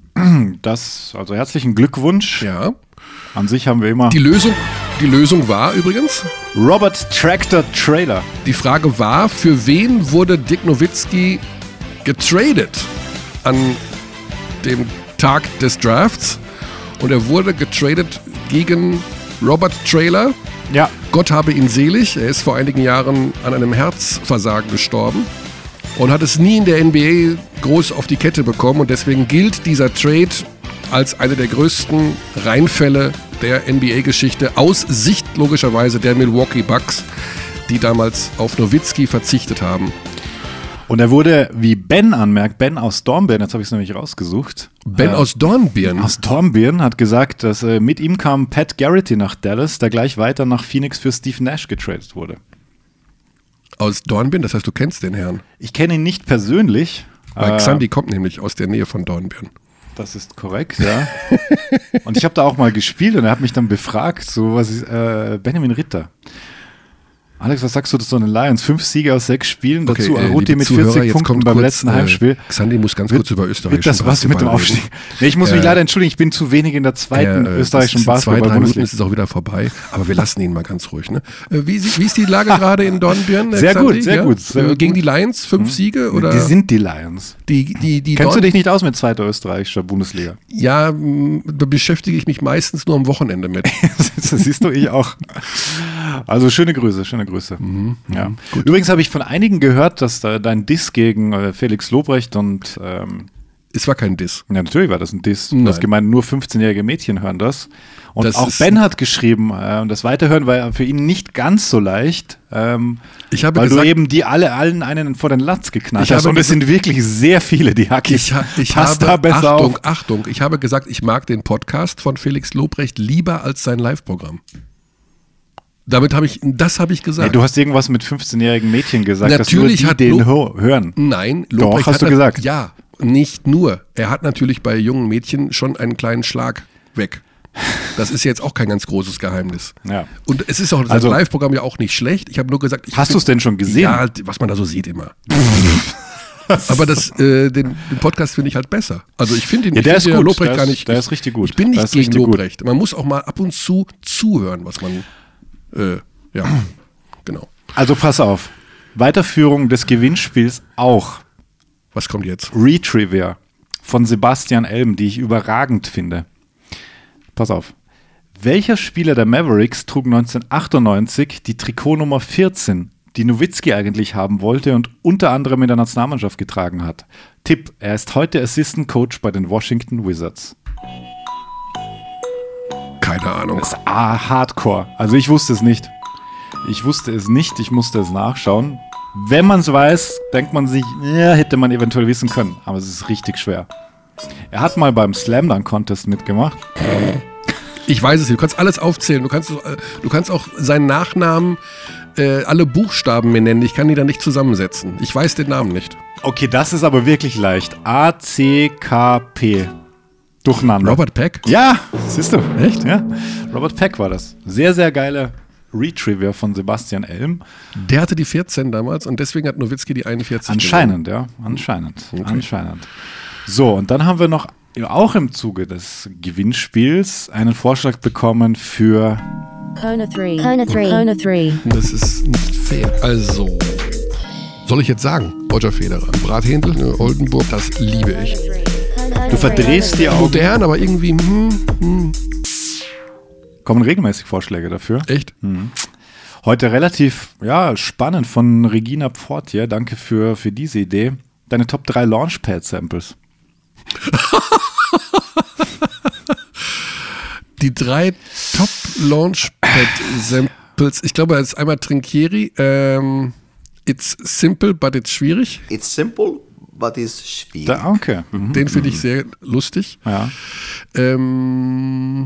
Also herzlichen Glückwunsch. Ja. An sich haben wir immer... Die Lösung war übrigens... Robert Tractor Trailer. Die Frage war, für wen wurde Dirk Nowitzki getradet an dem Tag des Drafts? Und er wurde getradet gegen Robert Trailer. Ja. Gott habe ihn selig. Er ist vor einigen Jahren an einem Herzversagen gestorben und hat es nie in der NBA groß auf die Kette bekommen. Und deswegen gilt dieser Trade als einer der größten Reinfälle der NBA-Geschichte aus Sicht logischerweise der Milwaukee Bucks, die damals auf Nowitzki verzichtet haben. Und er wurde, wie Ben anmerkt, Ben aus Dornbirn, jetzt habe ich es nämlich rausgesucht. Ben aus Dornbirn? Aus Dornbirn hat gesagt, dass mit ihm kam Pat Garrity nach Dallas, der gleich weiter nach Phoenix für Steve Nash getradet wurde. Aus Dornbirn? Das heißt, du kennst den Herrn? Ich kenne ihn nicht persönlich. Weil Xandi kommt nämlich aus der Nähe von Dornbirn. Das ist korrekt, ja. Und ich habe da auch mal gespielt und er hat mich dann befragt, so was ist, Benjamin Ritter. Alex, was sagst du zu den Lions? 5 Siege aus 6 Spielen, dazu Aruti mit 40 Punkten beim letzten Heimspiel. Xandi muss ganz kurz über Österreich Wird das was mit dem Aufstieg? Nee, ich muss mich leider entschuldigen, ich bin zu wenig in der zweiten österreichischen Basketball-Bundesliga. 2-3 Minuten ist es auch wieder vorbei, aber wir lassen ihn mal ganz ruhig. Ne? Wie ist die Lage gerade in Dornbirn? Sehr gut, sehr gut. Gegen die Lions 5 Siege? Oder? Die sind die Lions. Kennst du dich nicht aus mit zweiter österreichischer Bundesliga? Ja, da beschäftige ich mich meistens nur am Wochenende mit. Das siehst du, ich auch. Also schöne Grüße, schöne Grüße. Ja. Übrigens habe ich von einigen gehört, dass dein Diss gegen Felix Lobrecht und es war kein Diss. Ja, natürlich war das ein Diss. Du Nein. hast gemeint, nur 15-jährige Mädchen hören das. Und das auch Ben hat geschrieben, das Weiterhören war für ihn nicht ganz so leicht, weil du eben allen einen vor den Latz geknallt hast. Und es sind wirklich sehr viele, die Hacki. Achtung, ich habe gesagt, ich mag den Podcast von Felix Lobrecht lieber als sein Live-Programm. Das habe ich gesagt. Nee, du hast irgendwas mit 15-jährigen Mädchen gesagt, natürlich dass nur die den hören. Nein, Lobrecht hast du gesagt. Ja, nicht nur. Er hat natürlich bei jungen Mädchen schon einen kleinen Schlag weg. Das ist jetzt auch kein ganz großes Geheimnis. Ja. Und es ist auch das Live-Programm ja auch nicht schlecht. Ich habe nur gesagt, hast du es denn schon gesehen? Ja, halt, was man da so sieht immer. Aber den Podcast finde ich halt besser. Also ich finde der ist gut. Lobrecht gar nicht. Der ist richtig gut. Ich bin nicht gegen Lobrecht. Man muss auch mal ab und zu zuhören, was man ja, genau. Also pass auf. Weiterführung des Gewinnspiels auch. Was kommt jetzt? Retrivia von Sebastian Elm, die ich überragend finde. Pass auf. Welcher Spieler der Mavericks trug 1998 die Trikotnummer 14, die Nowitzki eigentlich haben wollte und unter anderem in der Nationalmannschaft getragen hat? Tipp, er ist heute Assistant Coach bei den Washington Wizards. Keine Ahnung. Das ist Hardcore. Also ich wusste es nicht. Ich musste es nachschauen. Wenn man es weiß, denkt man sich, ja, hätte man eventuell wissen können. Aber es ist richtig schwer. Er hat mal beim Slam Dunk Contest mitgemacht. Ich weiß es nicht. Du kannst alles aufzählen. Du kannst auch seinen Nachnamen, alle Buchstaben mir nennen. Ich kann die da nicht zusammensetzen. Ich weiß den Namen nicht. Okay, das ist aber wirklich leicht. A-C-K-P. Durcheinander. Robert Peck? Ja, siehst du. Echt? Ja. Robert Peck war das. Sehr, sehr geile Retrivia von Sebastian Elm. Der hatte die 14 damals und deswegen hat Nowitzki die 41. Anscheinend, gewonnen. Ja. Anscheinend. Okay. Anscheinend. So, und dann haben wir noch auch im Zuge des Gewinnspiels einen Vorschlag bekommen für Kona 3. Kona 3. Kona 3. Das ist nicht fair. Also, soll ich jetzt sagen, Roger Federer, Brathändel, ne, Oldenburg, das liebe ich. Du verdrehst die Augen. Modern, aber irgendwie, Kommen regelmäßig Vorschläge dafür. echt? Heute relativ spannend von Regina Pfortier. Danke für diese Idee. Deine Top 3 Launchpad-Samples. Die 3 Top-Launchpad-Samples, ich glaube, das ist einmal Trinkieri, It's Simple, but it's schwierig. It's simple, but it's schwierig. Okay. Den finde ich sehr lustig. Ja. Nee.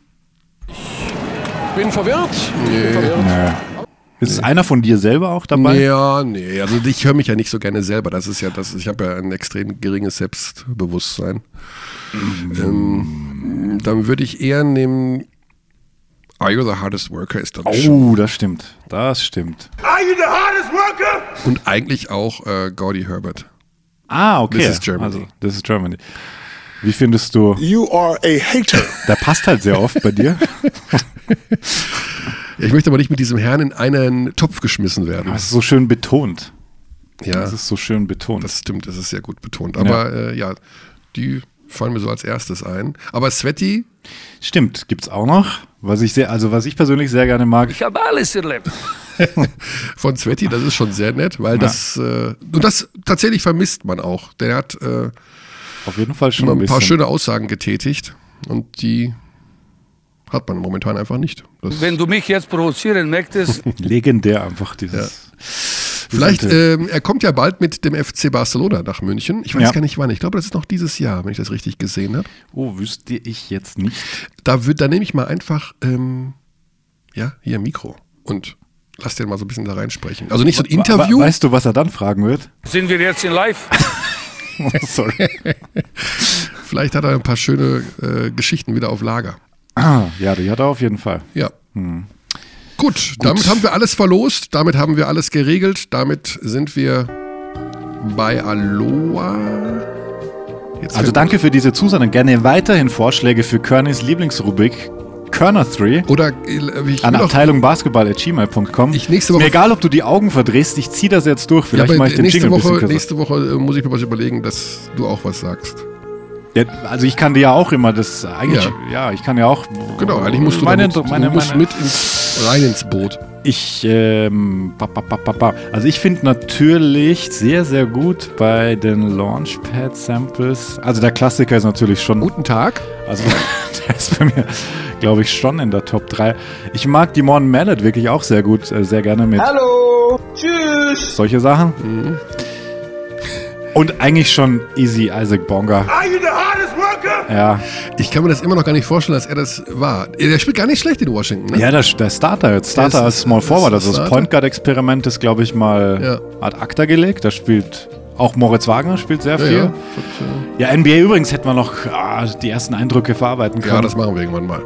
Ist einer von dir selber auch dabei? Ja, nee, also ich höre mich ja nicht so gerne selber. Das ist ja ich habe ja ein extrem geringes Selbstbewusstsein. Dann würde ich eher nehmen Are You the Hardest Worker ist dann schon. Oh, das stimmt. Das stimmt. Are you the hardest worker? Und eigentlich auch Gordy Herbert. Ah, okay. This is Germany. Also, This is Germany. Wie findest du? You are a hater. Der passt halt sehr oft bei dir. Ich möchte aber nicht mit diesem Herrn in einen Topf geschmissen werden. Das ist so schön betont. Ja, Das ist so schön betont. das stimmt, das ist sehr gut betont. Aber die fallen mir so als erstes ein. Aber Sveti, Stimmt, gibt's auch noch. Was ich persönlich sehr gerne mag. Ich habe alles erlebt. von Sveti, das ist schon sehr nett, weil das tatsächlich vermisst man auch. Der hat Auf jeden Fall schon immer ein ein paar bisschen. schöne Aussagen getätigt und die hat man momentan einfach nicht. Das Wenn du mich jetzt provozieren möchtest, Legendär einfach dieses. vielleicht, er kommt ja bald mit dem FC Barcelona nach München. Ich weiß Ja. gar nicht wann. Ich glaube, das ist noch dieses Jahr, wenn ich das richtig gesehen habe. Oh, wüsste ich jetzt nicht. Da nehme ich mal einfach, hier Mikro und lass den mal so ein bisschen da reinsprechen. Also nicht so ein Interview. Weißt du, was er dann fragen wird? sind wir jetzt in live? Sorry. Vielleicht hat er ein paar schöne Geschichten wieder auf Lager. Ja, die hat er auf jeden Fall. Ja. Gut, damit haben wir alles verlost, damit haben wir alles geregelt, damit sind wir bei Aloha. Jetzt Also fällt- danke für diese Zusendung. Gerne weiterhin Vorschläge für Környs Lieblingsrubrik Körner 3 Oder ich an will auch, abteilungbasketball@gmail.com. Ich nächste Ist mir Woche- egal, ob du die Augen verdrehst, ich ziehe das jetzt durch. ja, Vielleicht aber mache ich den nächste Jingle ein bisschen Woche, kürzer. nächste Woche muss ich mir was überlegen, dass du auch was sagst. Ja, also ich kann dir ja auch immer das eigentlich, ich kann ja auch. Genau, eigentlich musst du, du musst mit rein ins Boot. Also ich finde natürlich sehr, sehr gut bei den Launchpad-Samples. Also der Klassiker ist natürlich schon. Guten Tag. Also der ist bei mir, glaube ich, schon in der Top 3. Ich mag die Morn Mallet wirklich auch sehr gut, sehr gerne mit Hallo. Tschüss. solche Sachen. Und eigentlich schon easy Isaac Bonga. Are you the hardest worker? Ja, Ich kann mir das immer noch gar nicht vorstellen, dass er das war. Der spielt gar nicht schlecht in Washington, ne? ja, der Starter jetzt. Starter Der ist- als Small ist Forward. Also das Starter. Point Guard Experiment ist, glaube ich, mal ad acta gelegt. Da spielt auch Moritz Wagner spielt sehr viel. Ja, NBA übrigens hätten wir noch die ersten Eindrücke verarbeiten können. Ja, das machen wir irgendwann mal.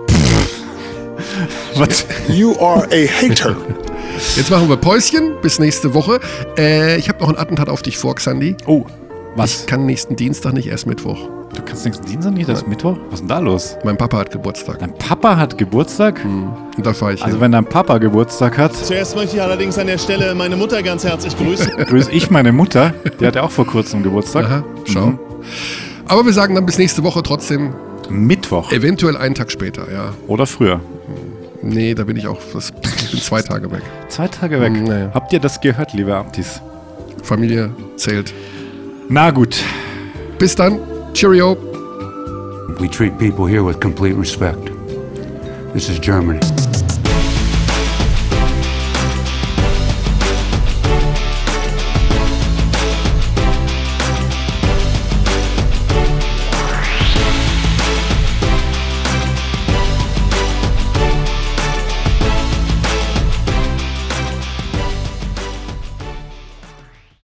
Was? You are a hater. Jetzt machen wir Päuschen, bis nächste Woche. Ich habe noch ein Attentat auf dich vor, Xandi. Oh, was? Ich kann nächsten Dienstag nicht, erst Mittwoch. Du kannst nächsten Dienstag nicht, das ist Mittwoch? Was ist denn da los? Mein Papa hat Geburtstag. Dein Papa hat Geburtstag? Und da fahre ich Also hin. wenn dein Papa Geburtstag hat, Zuerst möchte ich allerdings an der Stelle meine Mutter ganz herzlich grüßen. grüße ich meine Mutter. Die hat ja auch vor kurzem Geburtstag. Aha, schau. Aber wir sagen dann bis nächste Woche trotzdem, Mittwoch eventuell einen Tag später, ja. oder früher. Nee, da bin ich auch, ich bin 2 Tage weg. 2 Tage weg. Nee. Habt ihr das gehört, liebe Abtis? Familie zählt. Na gut. Bis dann. Cheerio. We treat people here with complete respect. This is Germany.